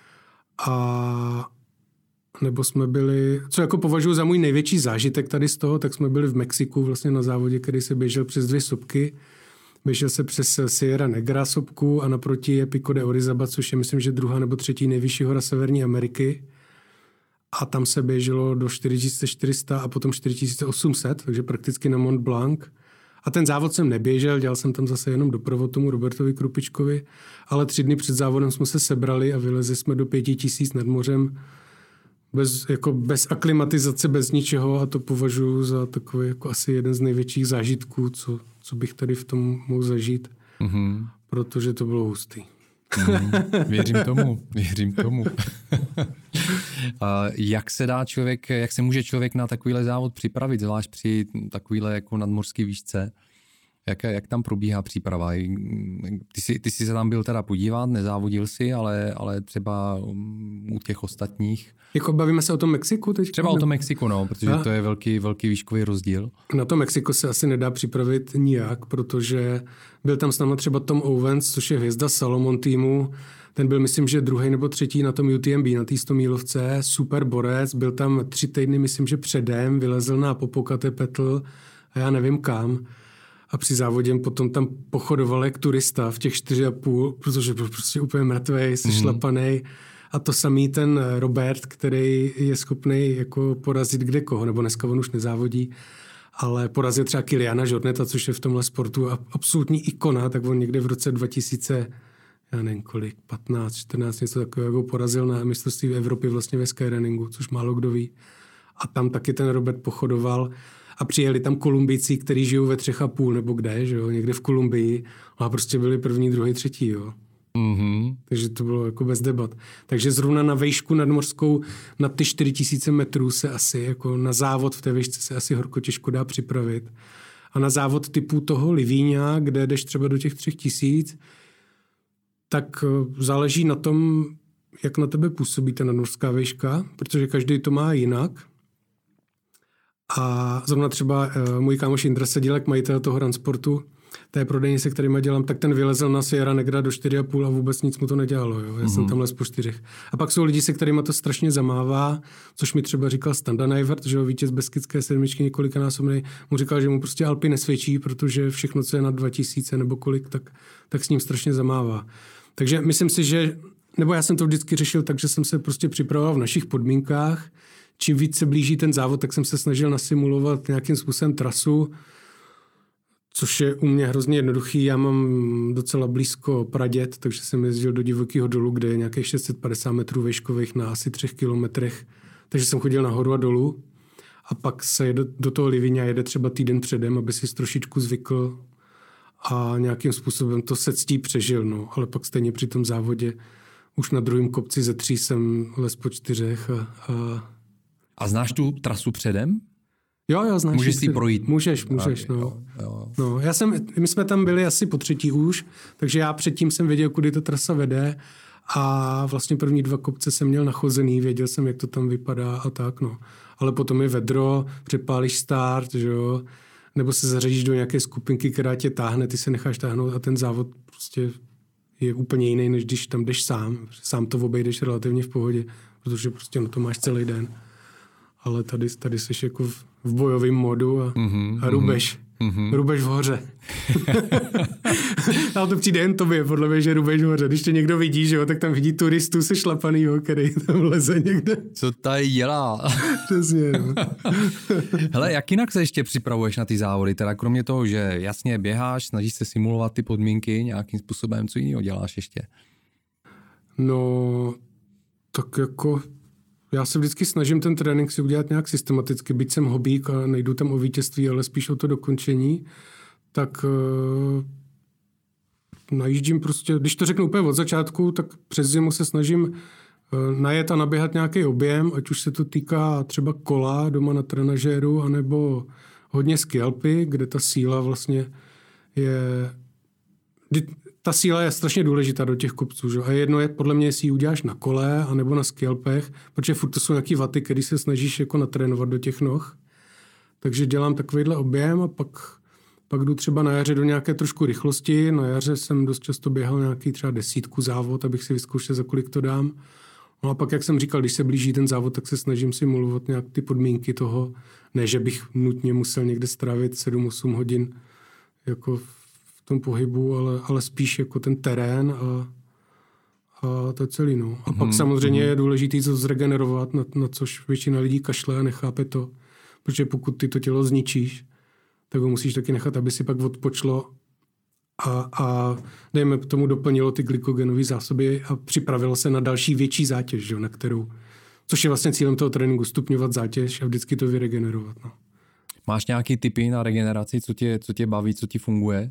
A nebo jsme byli, co jako považuji za můj největší zážitek tady z toho, tak jsme byli v Mexiku vlastně na závodě, který se běžel přes 2 sopky. Běžel se přes Sierra Negra sopku a naproti je Pico de Orizaba, což je myslím, že 2. nebo 3. nejvyšší hora Severní Ameriky. A tam se běželo do 4400 a potom 4800, takže prakticky na Mont Blanc. A ten závod jsem neběžel, dělal jsem tam zase jenom doprovod tomu Robertovi Krupičkovi, ale 3 dny před závodem jsme se sebrali a vylezli jsme do 5000 nad mořem bez aklimatizace, bez ničeho a to považuji za takový jako asi jeden z největších zážitků, co bych tady v tom mohl zažít, protože to bylo hustý. Věřím tomu. Jak se může člověk na takovýhle závod připravit, zvlášť při takovýhle jako nadmořský výšce? Jak tam probíhá příprava? Ty jsi se tam byl teda podívat, nezávodil si, ale třeba u těch ostatních. Jako bavíme se o tom Mexiku teď? Třeba o tom Mexiku, no, protože to je velký výškový rozdíl. Na to Mexiko se asi nedá připravit nijak, protože byl tam s námi třeba Tom Owens, což je hvězda Salomon týmu. Ten byl, myslím, že 2. nebo 3. na tom UTMB, na té 100mílovce, super borec, byl tam 3 týdny, myslím, že předem, vylezl na Popocatépetl a já nevím kam. A při závodě potom tam pochodoval jak turista v těch 4,5, protože byl prostě úplně mrtvej, sešlapanej. A to samý ten Robert, který je schopný jako porazit kde koho, nebo dneska on už nezávodí, ale porazil třeba Kiliana Jorneta, což je v tomhle sportu absolutní ikona, tak on někde v roce 2000, já nevím kolik, 15, 14, něco takového, porazil na mistrovství Evropy vlastně ve skyrunningu, což málo kdo ví. A tam taky ten Robert pochodoval. A přijeli tam Kolumbijci, kteří žijou ve 3,5 nebo kde, že jo, někde v Kolumbii. A prostě byli 1., 2., 3., jo. Takže to bylo jako bez debat. Takže zrovna na vejšku nadmořskou na ty 4000 metrů se asi jako na závod v té vejšce se asi horko těžko dá připravit. A na závod typu toho Livigna, kde jdeš třeba do těch 3000, tak záleží na tom, jak na tebe působí ta nadmořská vejška, protože každý to má jinak. A zrovna třeba můj kámoš Indra Sedílek, majitel toho Runsportu, té prodejny, se kterýma dělám, tak ten vylezl na Sierra Negra do 4,5 a vůbec nic mu to nedělalo. Jo? Já jsem tam les po 4. A pak jsou lidi, se kterýma to strašně zamává, což mi třeba říkal Standa Najvart, že ho vítěz Beskydské 7 několikanásobnej, mu říkal, že mu prostě Alpy nesvědčí, protože všechno, co je nad 2000 nebo kolik, tak s ním strašně zamává. Takže myslím si, že, nebo já jsem to vždycky řešil tak, že jsem se prostě připravoval v našich podmínkách. Čím víc se blíží ten závod, tak jsem se snažil nasimulovat nějakým způsobem trasu, což je u mě hrozně jednoduchý. Já mám docela blízko Praděd, takže jsem jezdil do Divokého dolu, kde je nějakých 650 metrů výškových na asi 3 kilometrech. Takže jsem chodil nahoru a dolů. a pak se jede do toho Livíně a jede třeba týden předem, aby si trošičku zvykl a nějakým způsobem to se ctí přežil. No. Ale pak stejně při tom závodě už na druhém kopci ze 3 jsem les po 4. A znáš tu trasu předem? Jo, znáš. Můžeš si projít? Můžeš, no. Jo. No, my jsme tam byli asi po 3. už, takže já předtím jsem věděl, kudy ta trasa vede a vlastně první 2 kopce jsem měl nachozený, věděl jsem, jak to tam vypadá a tak, no. Ale potom je vedro, přepálíš start, že jo, nebo se zařadíš do nějaké skupinky, která tě táhne, ty se necháš táhnout a ten závod prostě je úplně jiný, než když tam jdeš sám. Sám to obejdeš relativně v pohodě, protože prostě na to máš celý den. Ale tady jsi jako v bojovém modu a rubeš. Rubeš v hoře. Ale to přijde jen tobě, podle mě, že rubeš v hoře. Když tě někdo vidí, že jo, tak tam vidí turistu se šlapanýho, který tam leze někde. Co tady dělá? Přesně, no. Hele, jak jinak se ještě připravuješ na ty závody? Teda kromě toho, že jasně běháš, snažíš se simulovat ty podmínky nějakým způsobem, co jiného děláš ještě? No, tak jako... Já se vždycky snažím ten trénink si udělat nějak systematicky, byť jsem hobík a nejdu tam o vítězství, ale spíš o to dokončení, tak najíždím prostě, když to řeknu úplně od začátku, tak přes zimu se snažím najet a naběhat nějaký objem, ať už se to týká třeba kola doma na trenažéru, anebo hodně skialpy, kde ta síla vlastně je... Ta síla je strašně důležitá do těch kopců. Že? A jedno je podle mě, jestli ji uděláš na kole anebo na skialpech, protože furt to jsou nějaký vaty, který se snažíš jako natrénovat do těch noh. Takže dělám takovýhle objem a pak jdu třeba na jaře do nějaké trošku rychlosti. Na jaře jsem dost často běhal nějaký třeba 10 závod, abych si vyzkoušel, za kolik to dám. No a pak, jak jsem říkal, když se blíží ten závod, tak se snažím simulovat nějak ty podmínky toho. Ne, že bych nutně musel někde strávit 7-8 hodin jako v tom pohybu, ale spíš jako ten terén a to celý. No. A pak samozřejmě je důležité to zregenerovat, na což většina lidí kašle a nechápe to. Protože pokud ty to tělo zničíš, tak ho musíš taky nechat, aby si pak odpočlo a dejme tomu doplnilo ty glykogenové zásoby a připravilo se na další větší zátěž, že, na kterou, což je vlastně cílem toho tréninku, stupňovat zátěž a vždycky to vyregenerovat. No. Máš nějaký tipy na regeneraci, co tě baví, co ti funguje?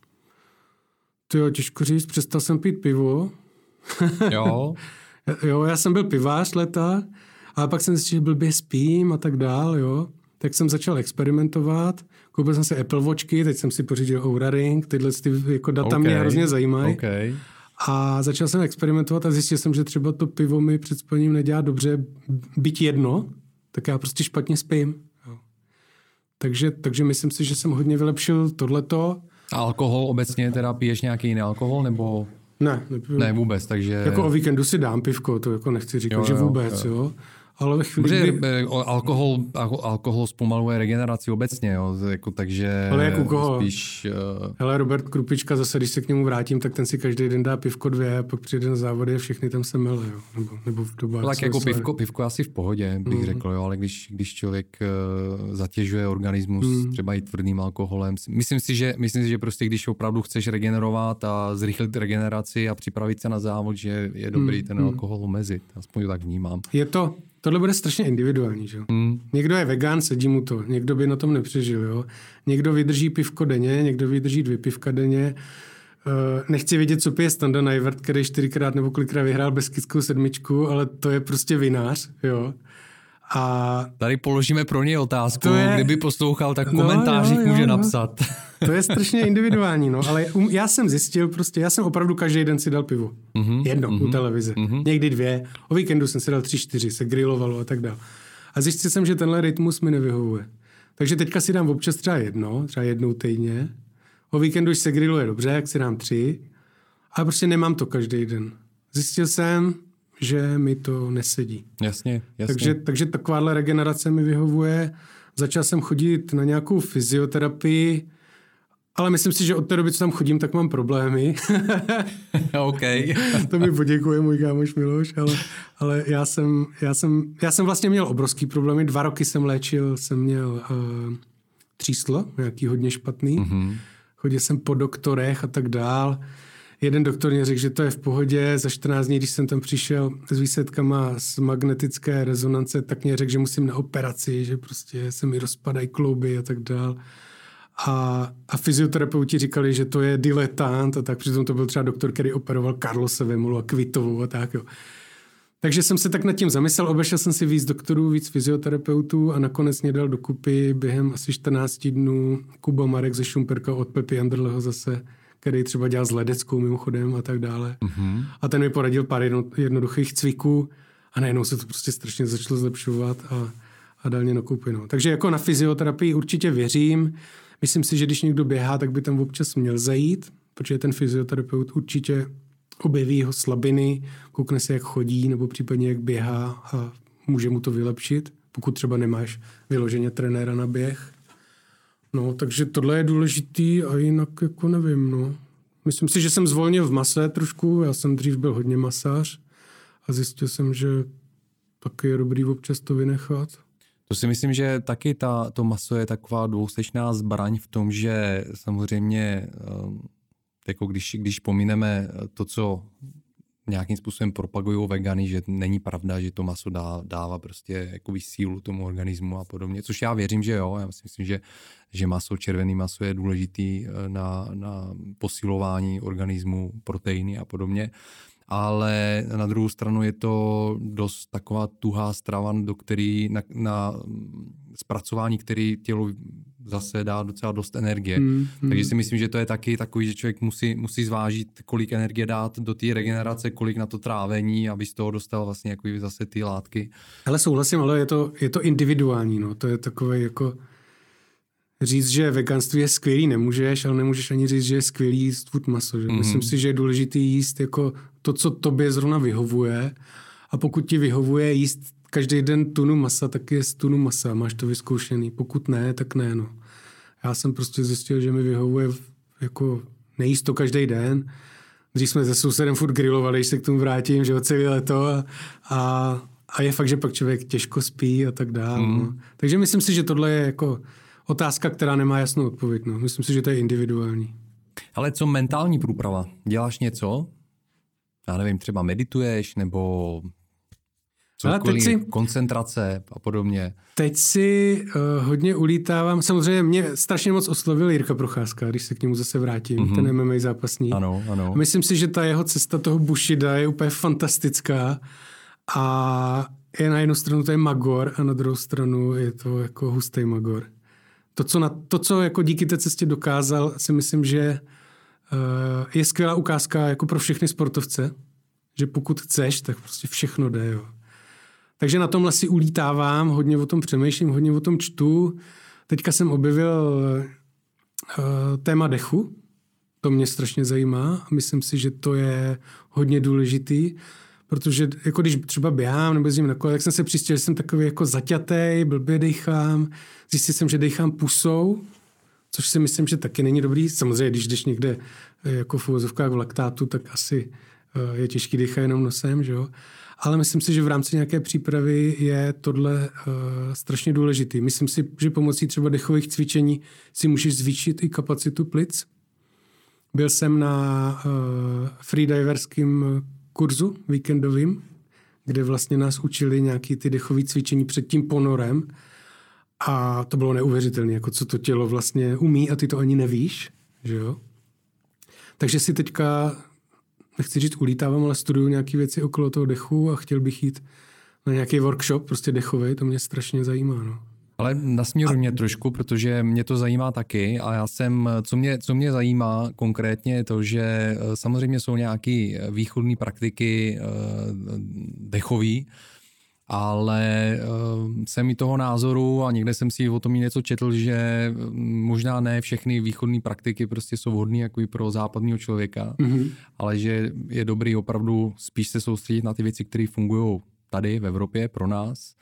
To jo, těžko říct, přestal jsem pít pivo. Jo? Jo, já jsem byl pivář leta, ale pak jsem zjistil, že blbě spím a tak dál, jo. Tak jsem začal experimentovat, koupil jsem si Apple Watchky, teď jsem si pořídil Oura Ring, tyhle jako data mě hrozně zajímají. Okay. A začal jsem experimentovat a zjistil jsem, že třeba to pivo mi před spaním nedělá dobře, byť jedno, tak já prostě špatně spím. Jo. Takže myslím si, že jsem hodně vylepšil tohleto. A alkohol obecně, teda piješ nějaký jiný alkohol, nebo... Ne vůbec, takže... Jako o víkendu si dám pivko, to jako nechci říkat, že vůbec, jo. Ale ve chvíli, kdy... Alkohol zpomaluje regeneraci obecně, jo, jako, takže... Ale jak u koho? Spíš... Hele, Robert Krupička, zase, když se k němu vrátím, tak ten si každý den dá pivko 2, pak přijde na závody a všechny tam se mele, jo. Nebo v dobách... Tak jako pivko asi v pohodě, bych řekl, jo, ale když člověk zatěžuje organismus třeba i tvrdým alkoholem, myslím si, že prostě když opravdu chceš regenerovat a zrychlit regeneraci a připravit se na závod, že je dobrý ten alkohol omezit, aspoň to tak vnímám. Tohle bude strašně individuální, že? Někdo je vegán, sedí mu to, někdo by na tom nepřežil, jo. Někdo vydrží pivko denně, někdo vydrží 2 pivka denně. Nechci vědět, co pije Standa Najvrt, který 4krát nebo kolikrát vyhrál Beskidskou 7, ale to je prostě vinář, jo. A tady položíme pro něj otázku, kdyby poslouchal, tak komentářích může napsat. To je strašně individuální, no, ale já jsem zjistil prostě, já jsem opravdu každý den si dal pivo. Jedno u televize, někdy 2, o víkendu jsem si dal 3-4, se grilovalo a tak dále. A zjistil jsem, že tenhle rytmus mi nevyhovuje. Takže teďka si dám občas třeba jednou týdně. O víkendu, když se griluje dobře, jak si dám 3, ale prostě nemám to každý den. Zjistil jsem, že mi to nesedí. Jasně. Takže takováhle regenerace mi vyhovuje. Začal jsem chodit na nějakou fyzioterapii, ale myslím si, že od té doby, co tam chodím, tak mám problémy. OK. To mi poděkuje můj kámoš Miloš, ale já jsem vlastně měl obrovský problémy. 2 roky jsem léčil, jsem měl tříslo, nějaký hodně špatný. Chodil jsem po doktorech a tak dál. jeden doktor mě řekl, že to je v pohodě. Za 14 dní, když jsem tam přišel s výsledkama z magnetické rezonance, tak mě řekl, že musím na operaci, že prostě se mi rozpadají klouby a tak dál. A fyzioterapeuti říkali, že to je diletant a tak, přitom to byl třeba doktor, který operoval Carlose Vemolu a Kvitovou a tak, jo. Takže jsem se tak nad tím zamyslel, obešel jsem si víc doktorů, víc fyzioterapeutů a nakonec mě dal dokupy během asi 14 dnů Kuba Marek ze Šumperka od Pepi Anderleho zase, který třeba dělal s Ledeckou mimochodem a tak dále. Mm-hmm. A ten mi poradil pár jednoduchých cviků a najednou se to prostě strašně začalo zlepšovat a dal mě nakupy. No. Takže jako na fyzioterapii určitě věřím. Myslím si, že když někdo běhá, tak by tam občas měl zajít, protože ten fyzioterapeut určitě objeví jeho slabiny, koukne se, jak chodí, nebo případně jak běhá a může mu to vylepšit, pokud třeba nemáš vyloženě trenéra na běh. No, takže tohle je důležitý a jinak jako nevím, no. Myslím si, že jsem zvolnil v mase trošku, já jsem dřív byl hodně masář a zjistil jsem, že taky je dobrý občas to vynechat. To si myslím, že taky to maso je taková dvousečná zbraň v tom, že samozřejmě jako když pomineme to, co nějakým způsobem propagují vegany, že není pravda, že to maso dává prostě jakoby sílu tomu organismu a podobně, což já věřím, že jo. Já si myslím, že maso, červený maso je důležitý na posilování organismu, proteiny a podobně. Ale na druhou stranu je to dost taková tuhá strava, do který na zpracování, který tělo zase dá docela dost energie. Takže si myslím, že to je taky takový, že člověk musí zvážit, kolik energie dát do té regenerace, kolik na to trávení, aby z toho dostal vlastně jako zase ty látky. Hele, souhlasím, ale je to individuální, no. To je takové jako říct, že veganství je skvělý, nemůžeš, ale nemůžeš ani říct, že je skvělý jíst food maso. Že? Myslím si, že je důležitý jíst jako to, co tobě zrovna vyhovuje, a pokud ti vyhovuje jíst každý den tunu masa, tak je tunu masa, máš to vyzkoušený. Pokud ne, tak ne, no. Já jsem prostě zjistil, že mi vyhovuje jako nejíst to každý den. Dřív jsme se sousedem furt grilovali, když se k tomu vrátím, že celé leto a je fakt, že pak člověk těžko spí a tak dále. No. Takže myslím si, že tohle je jako otázka, která nemá jasnou odpověď. No. Myslím si, že to je individuální. Ale co mentální průprava? Děláš něco? Já nevím, třeba medituješ nebo cokoliv, koncentrace a podobně. Teď si hodně ulítávám. Samozřejmě mě strašně moc oslovil Jirka Procházka, když se k němu zase vrátím, ten MMA zápasník. Ano. A myslím si, že ta jeho cesta toho Bushida je úplně fantastická a je na jednu stranu to je magor a na druhou stranu je to jako hustý magor. To, co jako díky té cestě dokázal, si myslím, že je skvělá ukázka jako pro všechny sportovce, že pokud chceš, tak prostě všechno jde. Jo. Takže na tomhle si ulítávám, hodně o tom přemýšlím, hodně o tom čtu. Teďka jsem objevil téma dechu, to mě strašně zajímá a myslím si, že to je hodně důležitý, protože jako když třeba běhám nebo jezdím na kole, tak jsem se přistěl, že jsem takový jako zaťatej, blbě dejchám, zjistil jsem, že dejchám pusou, což si myslím, že taky není dobrý. Samozřejmě, když jdeš někde jako v uvozovkách v laktátu, tak asi je těžký dýchat jenom nosem, že jo? Ale myslím si, že v rámci nějaké přípravy je tohle strašně důležitý. Myslím si, že pomocí třeba dechových cvičení si můžeš zvýšit i kapacitu plic. Byl jsem na freediverském kurzu víkendovým, kde vlastně nás učili nějaký ty dechové cvičení před tím ponorem a to bylo neuvěřitelné, jako co to tělo vlastně umí a ty to ani nevíš, že jo. Takže si teďka, nechci říct ulítávám, ale studuju nějaké věci okolo toho dechu a chtěl bych jít na nějaký workshop, prostě dechový, to mě strašně zajímá, no. Ale nasměruj mě trošku, protože mě to zajímá taky a já jsem, co mě zajímá konkrétně je to, že samozřejmě jsou nějaké východní praktiky dechový, ale jsem i toho názoru a někde jsem si o tom něco četl, že možná ne všechny východní praktiky prostě jsou vhodné jako i pro západního člověka, ale že je dobrý opravdu spíš se soustředit na ty věci, které fungují tady v Evropě pro nás.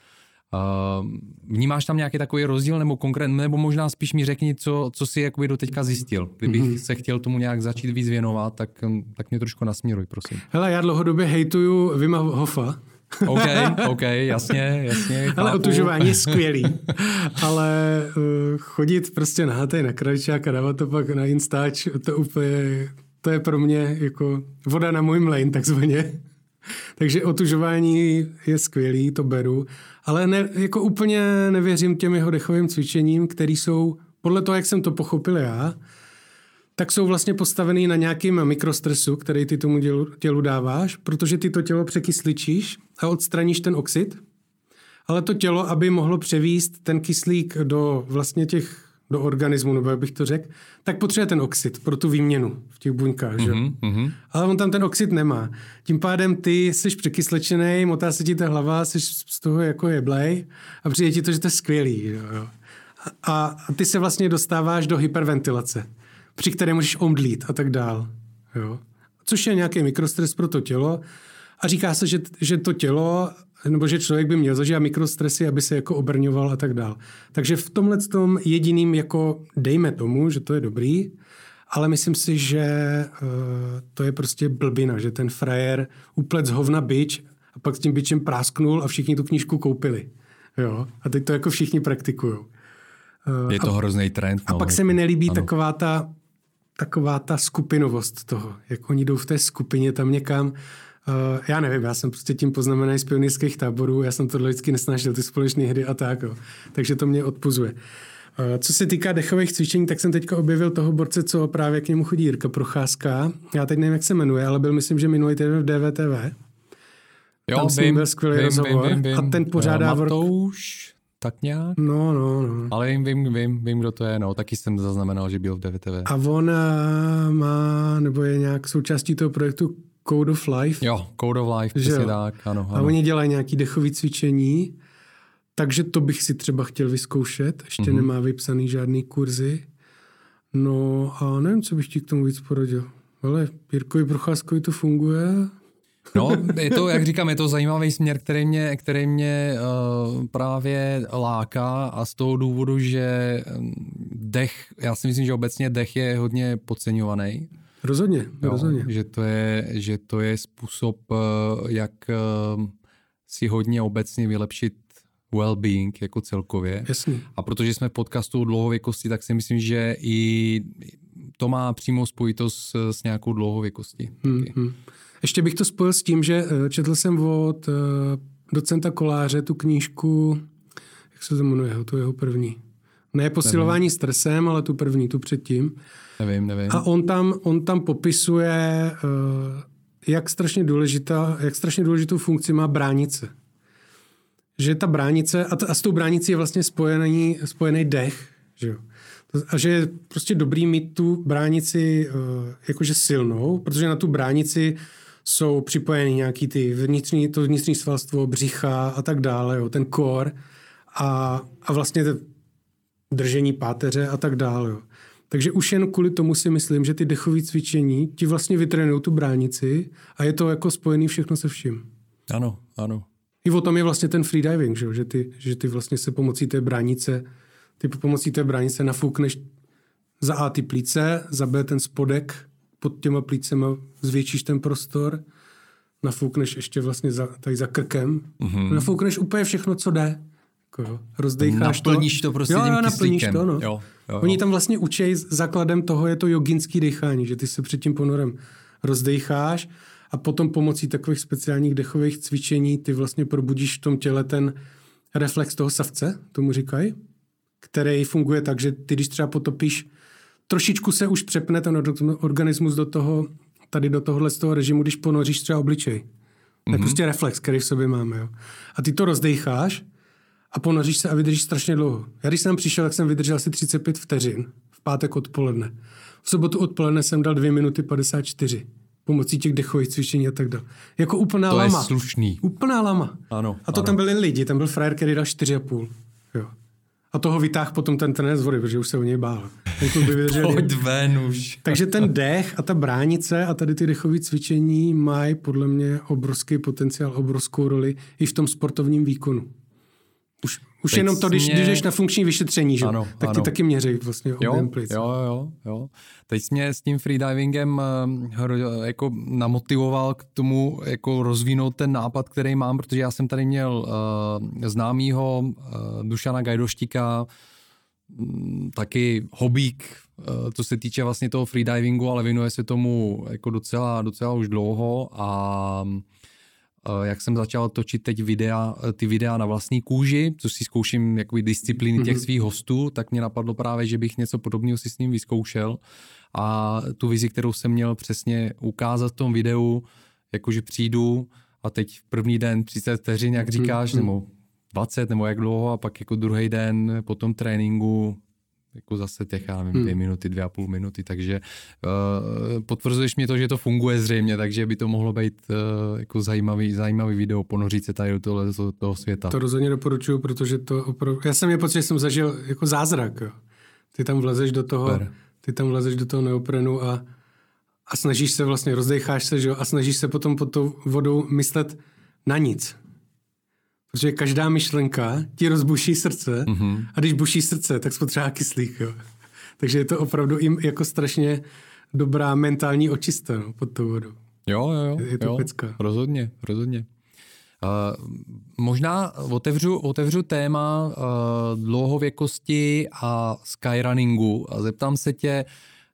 Vnímáš tam nějaký takový rozdíl nebo možná spíš mi řekni, co jsi jakoby doteďka zjistil. Kdybych se chtěl tomu nějak začít víc věnovat, tak mě trošku nasměruj, prosím. Hele, já dlouhodobě hejtuju Wima Hofa. OK, jasně. Ale otužování je skvělý. Ale chodit prostě nahatej na kračák a dávat to pak na Instač, to úplně To je pro mě jako voda na můj mlejn, takzvaně. Takže otužování je skvělý, to beru, ale jako úplně nevěřím těm jeho dechovým cvičením, které jsou, podle toho, jak jsem to pochopil já, tak jsou vlastně postavený na nějakým mikrostresu, který ty tomu tělu dáváš, protože ty to tělo překysličíš a odstraníš ten oxid, ale to tělo, aby mohlo převíst ten kyslík do vlastně do organismu, nebo jak bych to řekl, tak potřebuje ten oxid pro tu výměnu v těch buňkách. Že? Ale on tam ten oxid nemá. Tím pádem ty jsi překyslečenej, motá se ti ta hlava, jsi z toho jako jeblej a přijde ti to, že to je skvělý. Jo. A ty se vlastně dostáváš do hyperventilace, při které můžeš omdlít a tak dál. Jo. Což je nějaký mikrostres pro to tělo a říká se, že to tělo nebo že člověk by měl zažívat mikrostresy, aby se jako obrňoval a tak dál. Takže v tomhletom jediným jako dejme tomu, že to je dobrý, ale myslím si, že to je prostě blbina, že ten frajer uplet z hovna bič a pak s tím bičem prásknul a všichni tu knížku koupili. Jo? A teď to jako všichni praktikujou. Je to hrozný trend. A pak se mi nelíbí taková ta skupinovost toho, jak oni jdou v té skupině tam někam. Já nevím, já jsem prostě tím poznamenaný z pionýrských táborů, já jsem tohle vždycky nesnášel, ty společné hry a tak. Jo. Takže to mě odpuzuje. Co se týká dechových cvičení, tak jsem teďka objevil toho borce, co právě k němu chodí, Jirka Procházka. Já teď nevím, jak se jmenuje, ale byl myslím, že minulý týden v DVTV. Jo, tam s ním byl skvělý rozhovor. Vím. A ten pořádá... Matouš, tak nějak? No. Ale vím, kdo to je, no. Taky jsem zaznamenal, že byl v DVTV. A on má, nebo je nějak součástí toho projektu Code of Life. Jo, Code of Life, přesně tak, ano. A oni dělají nějaký dechový cvičení, takže to bych si třeba chtěl vyzkoušet. Ještě nemá vypsaný žádný kurzy. No a nevím, co bych ti k tomu víc poradil. Ale Jirkovi Procházkovi to funguje. No, je to, jak říkám, je to zajímavý směr, který mě právě láká a z toho důvodu, že dech, já si myslím, že obecně dech je hodně podceňovaný. Rozhodně. Že to je způsob, jak si hodně obecně vylepšit well-being jako celkově. Jasný. A protože jsme v podcastu dlouhověkosti, tak si myslím, že i to má přímou spojitost s nějakou dlouhověkostí. Ještě bych to spojil s tím, že četl jsem od docenta Koláře tu knížku, jak se to jmenuje, tu jeho první. Ne posilování stresem, ale tu první, tu předtím. Nevím. A on tam popisuje, jak strašně důležitou funkci má bránice. Že ta bránice, a s tou bránicí je vlastně spojený dech. Že jo? A že je prostě dobrý mít tu bránici jakože silnou, protože na tu bránici jsou připojeny nějaký ty vnitřní svalstvo, břicha a tak dále, jo, ten core a vlastně držení páteře a tak dále. Jo. Takže už jen kvůli tomu si myslím, že ty dechové cvičení ti vlastně vytrénují tu bránici a je to jako spojený všechno se vším. Ano. I o tom je vlastně ten freediving, že ty vlastně se pomocí té bránice nafoukneš za A ty plíce, za B ten spodek, pod těma plícema zvětšíš ten prostor, nafoukneš ještě vlastně tady za krkem, nafoukneš úplně všechno, co jde. Rozdejcháš to. Naplníš to prostě tím kyslíkem. To, no. Jo. Oni tam vlastně učí, základem toho je to joginský dechání, že ty se před tím ponorem rozdejcháš a potom pomocí takových speciálních dechových cvičení ty vlastně probudíš v tom těle ten reflex toho savce, tomu říkají, který funguje tak, že ty, když třeba potopíš, trošičku se už přepne ten organismus do tohohle z toho režimu, když ponoříš třeba obličej. To je prostě reflex, který v sobě máme. Jo. A ty to rozdejcháš a ponoříš se a vydržíš strašně dlouho. Já když jsem přišel, tak jsem vydržel asi 35 vteřin v pátek odpoledne. V sobotu odpoledne jsem dal 2 minuty 54 pomocí těch dechových cvičení a tak dále. Jako úplná lama. To je slušný. Úplná lama. Ano. A to tam byli lidi, tam byl frajer, který dal 4,5. Jo. A toho vytáhl potom ten trenér z vody, protože už se o něj bál. Pojď ven už. Takže ten dech a ta bránice a tady ty dechové cvičení mají podle mě obrovský potenciál, obrovskou roli i v tom sportovním výkonu. Už jenom to, když jdeš na funkční vyšetření, že? Tak ti taky měří vlastně objem plic. Jo. Teď mě s tím freedivingem jako namotivoval k tomu jako rozvinout ten nápad, který mám, protože já jsem tady měl známýho Dušana Gajdoštíka, taky hobík, co se týče vlastně toho freedivingu, ale věnuje se tomu jako docela už dlouho a jak jsem začal točit teď ty videa na vlastní kůži, což si zkouším jakoby disciplíny těch svých hostů, tak mě napadlo právě, že bych něco podobného si s ním vyzkoušel a tu vizi, kterou jsem měl přesně ukázat v tom videu, jakože přijdu a teď první den 30 vteřin, jak říkáš, nebo 20, nebo jak dlouho a pak jako druhý den po tom tréninku jako zase těch, já nevím, 2 minuty, 2,5 minuty, takže potvrzuješ mi to, že to funguje zřejmě, takže by to mohlo být jako zajímavý video, ponořit se tady do toho světa. To rozhodně doporučuju, protože to opravdu, já jsem měl pocit, že jsem zažil jako zázrak, jo. Ty tam vlezeš do toho neoprenu a snažíš se vlastně, rozdecháš se, že jo, a snažíš se potom pod tou vodou myslet na nic. Protože každá myšlenka ti rozbuší srdce a když buší srdce, tak spotřebuje kyslík. Jo. Takže je to opravdu jako strašně dobrá mentální očista, no, pod tou vodou. Jo. Je to pecka. Rozhodně. Možná otevřu téma dlouhověkosti a skyrunningu a zeptám se tě,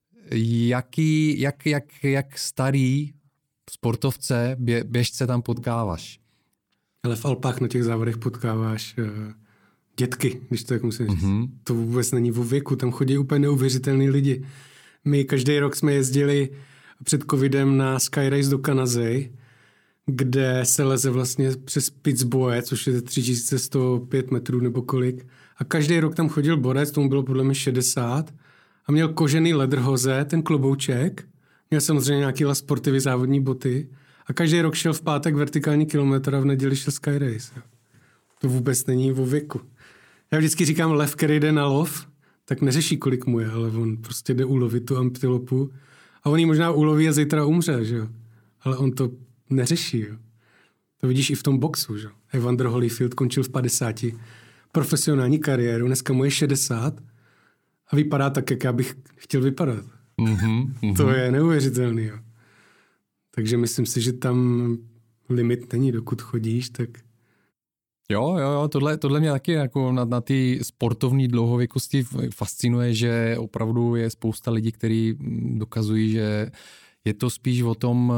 jak starý sportovce, běžce tam potkáváš? Ale v Alpách na těch závodech potkáváš dětky, když to tak musím říct. To vůbec není o věku, tam chodí úplně neuvěřitelný lidi. My každý rok jsme jezdili před covidem na Skyrace do Canazei, kde se leze vlastně přes Pitzboe, což je 3105 metrů nebo kolik. A každý rok tam chodil borec, tomu bylo podle mě 60, a měl kožený ledrhoze, ten klobouček, měl samozřejmě nějaký sportivy závodní boty, a každý rok šel v pátek vertikální kilometr a v neděli šel Skyrace. To vůbec není o věku. Já vždycky říkám, lev, který jde na lov, tak neřeší, kolik mu je, ale on prostě jde ulovit tu antilopu a on ji možná uloví a zítra umře, že jo. Ale on to neřeší, jo. To vidíš i v tom boxu, že jo. Evander Holyfield končil v 50 profesionální kariéru, dneska mu je 60 a vypadá tak, jak já bych chtěl vypadat. To je neuvěřitelný, jo. Takže myslím si, že tam limit není, dokud chodíš, tak... Jo, tohle mě taky jako na ty sportovní dlouhověkosti fascinuje, že opravdu je spousta lidí, kteří dokazují, že je to spíš o tom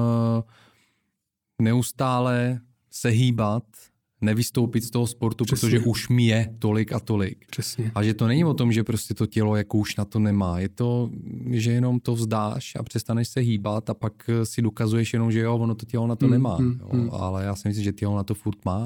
neustále se hýbat, nevystoupit z toho sportu, přesně, protože už mi je tolik a tolik. Přesně. A že to není o tom, že prostě to tělo jako už na to nemá. Je to, že jenom to vzdáš a přestaneš se hýbat a pak si dokazuješ jenom, že jo, ono to tělo na to nemá. Ale já si myslím, že tělo na to furt má.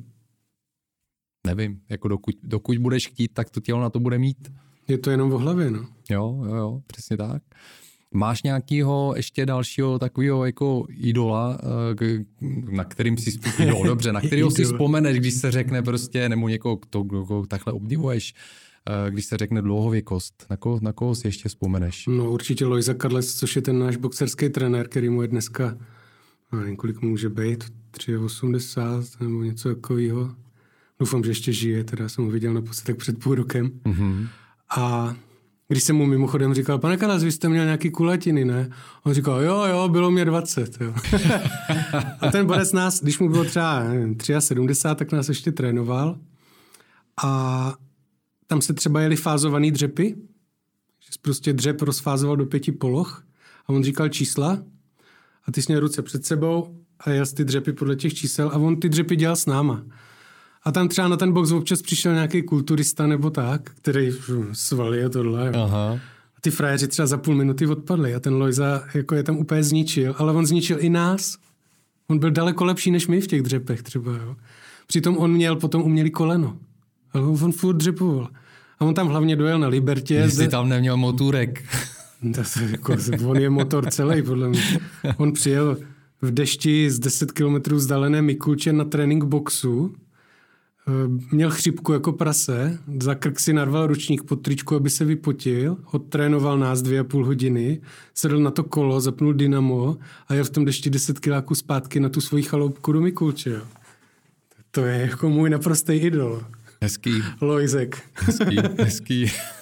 Nevím, jako dokud budeš chtít, tak to tělo na to bude mít. Je to jenom v hlavě, no. Jo, přesně tak. Máš nějakého ještě dalšího takového jako idola, na kterým si na kterého si vzpomeneš, když se řekne prostě, nebo někoho, koho takhle obdivuješ, když se řekne dlouhověkost, na koho si ještě vzpomeneš? No určitě Lojza Kadlec, což je ten náš boxerský trenér, který mu je dneska, nevím, kolik může být, 83 nebo něco takového. Doufám, že ještě žije, teda jsem ho viděl naposled před půl rokem. A když jsem mu mimochodem říkal, pane Kadlec, vy jste měl nějaký kulatiny, ne? On říkal, jo, bylo mě 20. Jo. A ten borec nás, když mu bylo třeba 73, tak nás ještě trénoval. A tam se třeba jeli fázovaný dřepy, že jsi prostě dřep rozfázoval do 5 poloh a on říkal čísla a ty jsi měl ruce před sebou a jel ty dřepy podle těch čísel a on ty dřepy dělal s náma. A tam třeba na ten box občas přišel nějaký kulturista nebo tak, který svaly a tohle. Aha. A ty frajeři třeba za půl minuty odpadli a ten Lojza jako je tam úplně zničil, ale on zničil i nás. On byl daleko lepší než my v těch dřepech třeba. Jo. Přitom on měl potom umělý koleno. Ale on furt dřepoval. A on tam hlavně dojel na Libertě. Jestli tam neměl motůrek. On je motor celý, podle mě. On přijel v dešti z 10 kilometrů vzdálené Mikulče na trénink boxu. Měl chřipku jako prase, za krk si narval ručník pod tričku, aby se vypotil, odtrénoval nás 2,5 hodiny, sedl na to kolo, zapnul dynamo a jel v tom dešti 10 kiláků zpátky na tu svoji chaloupku do Mikulče. Jo. To je jako můj naprostý idol. Hezký. Lojzek. Hezký.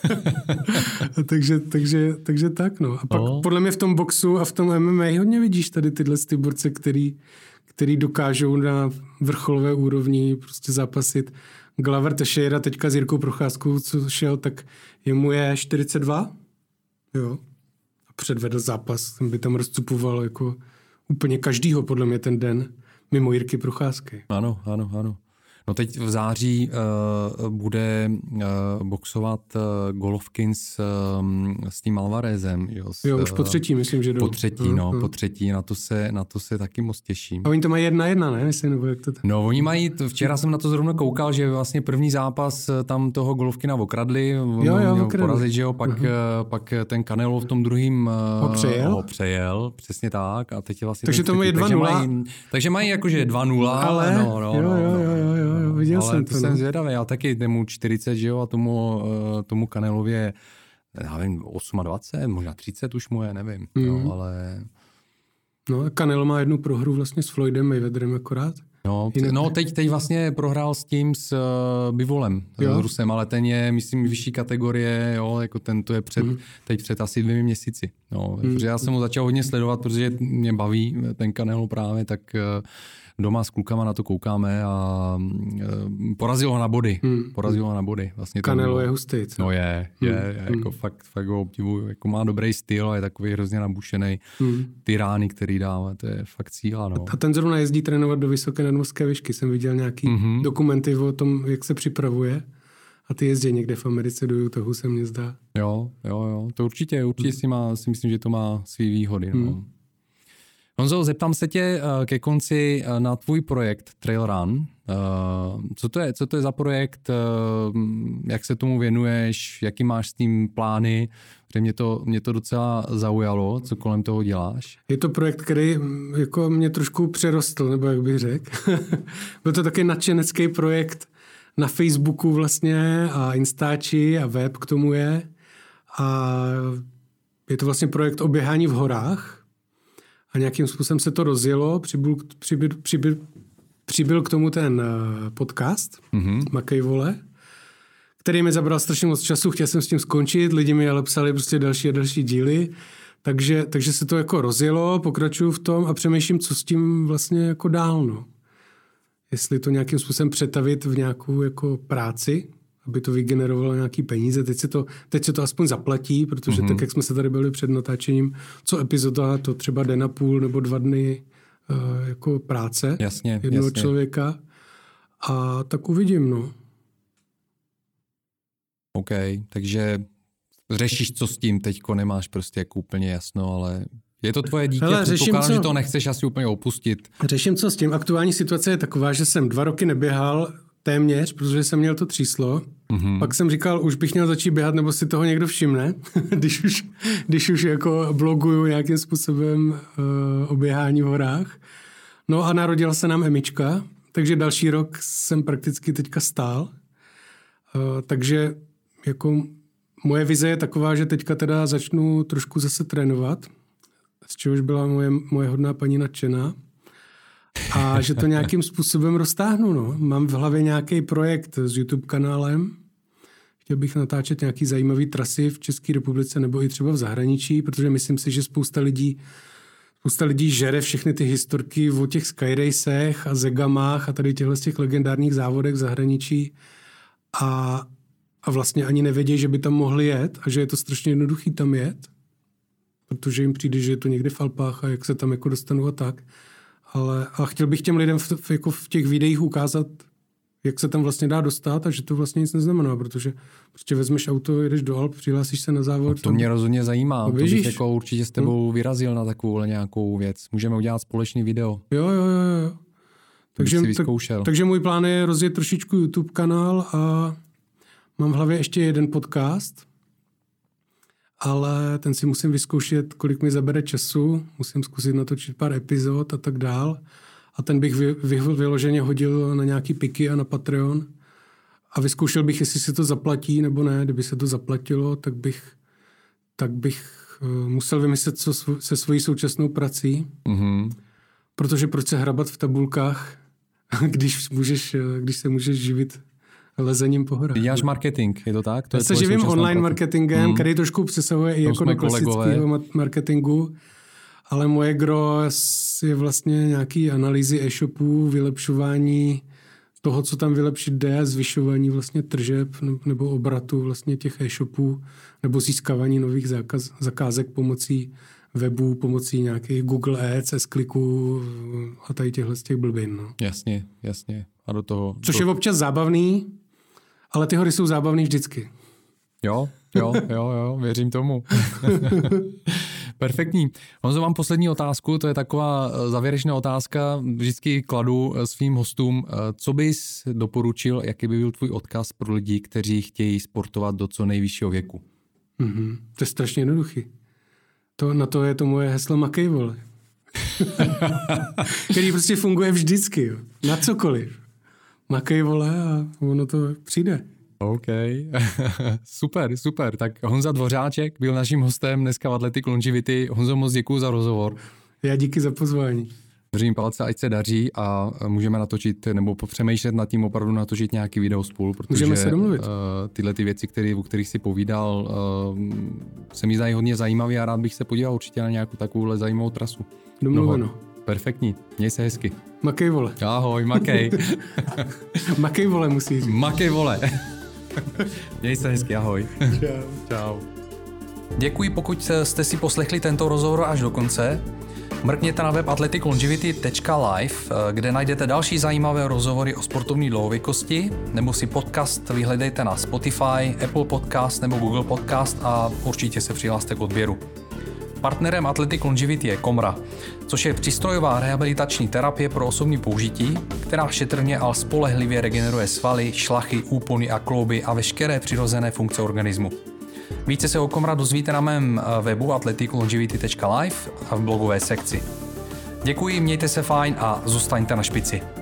takže tak, no. A pak podle mě v tom boxu a v tom MMA hodně vidíš tady tyhle borce, který dokážou na vrcholové úrovni prostě zápasit. Glover Teixeira teďka s Jirkou Procházkou, co šel, tak jemu je 42. Jo. A předvedl zápas, ten by tam rozcupoval jako úplně každýho, podle mě ten den, mimo Jirky Procházky. Ano. No teď v září bude boxovat Golovkin s tím Alvarezem. Jo, už po třetí, myslím, že po třetí, na to se taky moc těším. A oni to mají 1-1, ne? Myslím, nebo jak to tam? No, oni mají, včera jsem na to zrovna koukal, že vlastně první zápas tam toho Golovkina okradli, měl porazit, že jo, pak ten Canelo v tom druhým ho přejel, přesně tak, a teď je vlastně... Takže to mají 2-0. Takže mají jakože 2-0, ale jo, viděl ale jsem to. Jsem zvědavý, já taky tomu 40, že jo, a tomu Canelově, já nevím, 28, možná 30 už mu je, nevím, jo, ale... No, Canelo má jednu prohru vlastně s Floydem Mayweatherem akorát. No, teď vlastně prohrál s Bivolem, s Rusem, ale ten je, myslím, vyšší kategorie, jo, jako ten to je teď před asi 2 měsíci. No, protože já jsem ho začal hodně sledovat, protože mě baví ten Canelo právě, tak doma s klukama na to koukáme a porazil ho na body. Vlastně Canelo je hustý. No je jako fakt ho obdivuju, jako má dobrý styl a je takový hrozně nabušený. Ty rány, který dává, to je fakt síla. No. A ten zrovna jezdí trénovat do vysoké nadmořské výšky. Jsem viděl nějaký dokumenty o tom, jak se připravuje. A ty jezdí někde v Americe do Utahu, se mně zdá. Jo. To určitě si myslím, že to má svý výhody. No. Honzo, zeptám se tě ke konci na tvůj projekt Trail Run. Co to je za projekt, jak se tomu věnuješ, jaký máš s tím plány? Protože mě to docela zaujalo, co kolem toho děláš. Je to projekt, který jako mě trošku přerostl, nebo jak bych řekl. Byl to taky nadšenecký projekt na Facebooku vlastně a Instači a web k tomu je. A je to vlastně projekt o běhání v horách. A nějakým způsobem se to rozjelo, přibyl k tomu ten podcast Makej vole, který mi zabral strašně moc času, chtěl jsem s tím skončit, lidi mi ale psali prostě další a další díly, takže se to jako rozjelo, pokračuju v tom a přemýšlím, co s tím vlastně jako dál, no. Jestli to nějakým způsobem přetavit v nějakou jako práci, aby to vygenerovalo nějaký peníze. Teď se to aspoň zaplatí, protože tak, jak jsme se tady byli před natáčením, co epizoda, to třeba den a půl nebo 2 dny jako práce jednoho člověka. A tak uvidím, no. OK, takže řešíš, co s tím teďko, nemáš prostě jako úplně jasno, ale je to tvoje dítě, předpokládám, že to nechceš asi úplně opustit. Řeším, co s tím. Aktuální situace je taková, že jsem 2 roky neběhal téměř, protože jsem měl to tříslo. Pak jsem říkal, už bych měl začít běhat, nebo si toho někdo všimne, když už jako bloguju nějakým způsobem o běhání v horách. No a narodila se nám Emička, takže další rok jsem prakticky teďka stál. Takže jako moje vize je taková, že teďka teda začnu trošku zase trénovat, z čehož byla moje hodná paní nadšená. A že to nějakým způsobem roztáhnu. No. Mám v hlavě nějaký projekt s YouTube kanálem. Chtěl bych natáčet nějaký zajímavý trasy v České republice nebo i třeba v zahraničí, protože myslím si, že spousta lidí žere všechny ty historky o těch skyracech a zegamách a tady těchto z těch legendárních závodech v zahraničí a vlastně ani nevědí, že by tam mohli jet a že je to strašně jednoduchý tam jet, protože jim přijde, že je to někde v Alpách a jak se tam jako dostanu a tak. A chtěl bych těm lidem v těch videích ukázat, jak se tam vlastně dá dostat a že to vlastně nic neznamená, protože prostě vezmeš auto, jedeš do Alp, přihlásíš se na závod. To mě rozhodně zajímá. To bych jako určitě s tebou vyrazil na takovou nějakou věc. Můžeme udělat společný video. Jo. Takže můj plán je rozjet trošičku YouTube kanál a mám v hlavě ještě jeden podcast, ale ten si musím vyzkoušet, kolik mi zabere času, musím zkusit natočit pár epizod a tak dál. A ten bych vyloženě hodil na nějaký piky a na Patreon a vyzkoušel bych, jestli se to zaplatí nebo ne. Kdyby se to zaplatilo, tak bych musel vymyslet, co se svojí současnou prací. Protože proč se hrabat v tabulkách, když se můžeš živit lezením po horách. Děláš marketing, je to tak? Já se živím online marketingem, který trošku přesahuje i jako do klasického marketingu, ale moje gro je vlastně nějaký analýzy e-shopů, vylepšování toho, co tam vylepšit jde, zvyšování vlastně tržeb nebo obratu vlastně těch e-shopů, nebo získávání nových zakázek pomocí webu, pomocí nějakých Google Ads, S-kliků a tady těchhle z těch blbin. No. Jasně. A do toho... Což je občas zábavný, ale ty hory jsou zábavný vždycky. Jo, věřím tomu. Perfektní. Honzo, mám poslední otázku, to je taková závěrečná otázka, vždycky kladu svým hostům. Co bys doporučil, jaký by byl tvůj odkaz pro lidi, kteří chtějí sportovat do co nejvyššího věku? To je strašně jednoduchý. Na to je to moje heslo Makej, vole. Který prostě funguje vždycky, jo. Na cokoliv. Makej, vole, a ono to přijde. OK, super. Tak Honza Dvořáček byl naším hostem dneska v Athletic Longevity. Honzo, moc děkuju za rozhovor. Já díky za pozvání. Držím palce, ať se daří a můžeme natočit nebo popřemýšlet nad tím opravdu natočit nějaký video spolu, protože můžeme se domluvit. Tyhle ty věci, o kterých si povídal, se mi zdají hodně zajímavé a rád bych se podíval určitě na nějakou takovouhle zajímavou trasu. Domluveno. Perfektní, měj se hezky. Makej, vole. Ahoj, makej. Makej, vole, musí říct. Makej, vole. Měj se hezky, ahoj. Čau. Děkuji, pokud jste si poslechli tento rozhovor až do konce. Mrkněte na web athleticlongevity.live, kde najdete další zajímavé rozhovory o sportovní dlouhověkosti, nebo si podcast vyhledejte na Spotify, Apple Podcast nebo Google Podcast a určitě se přihlaste k odběru. Partnerem Athletic Longevity je Komra, což je přístrojová rehabilitační terapie pro osobní použití, která šetrně a spolehlivě regeneruje svaly, šlachy, úpony a klouby a veškeré přirozené funkce organismu. Více se o Komra dozvíte na mém webu athleticlongevity.live a v blogové sekci. Děkuji, mějte se fajn a zůstaňte na špici.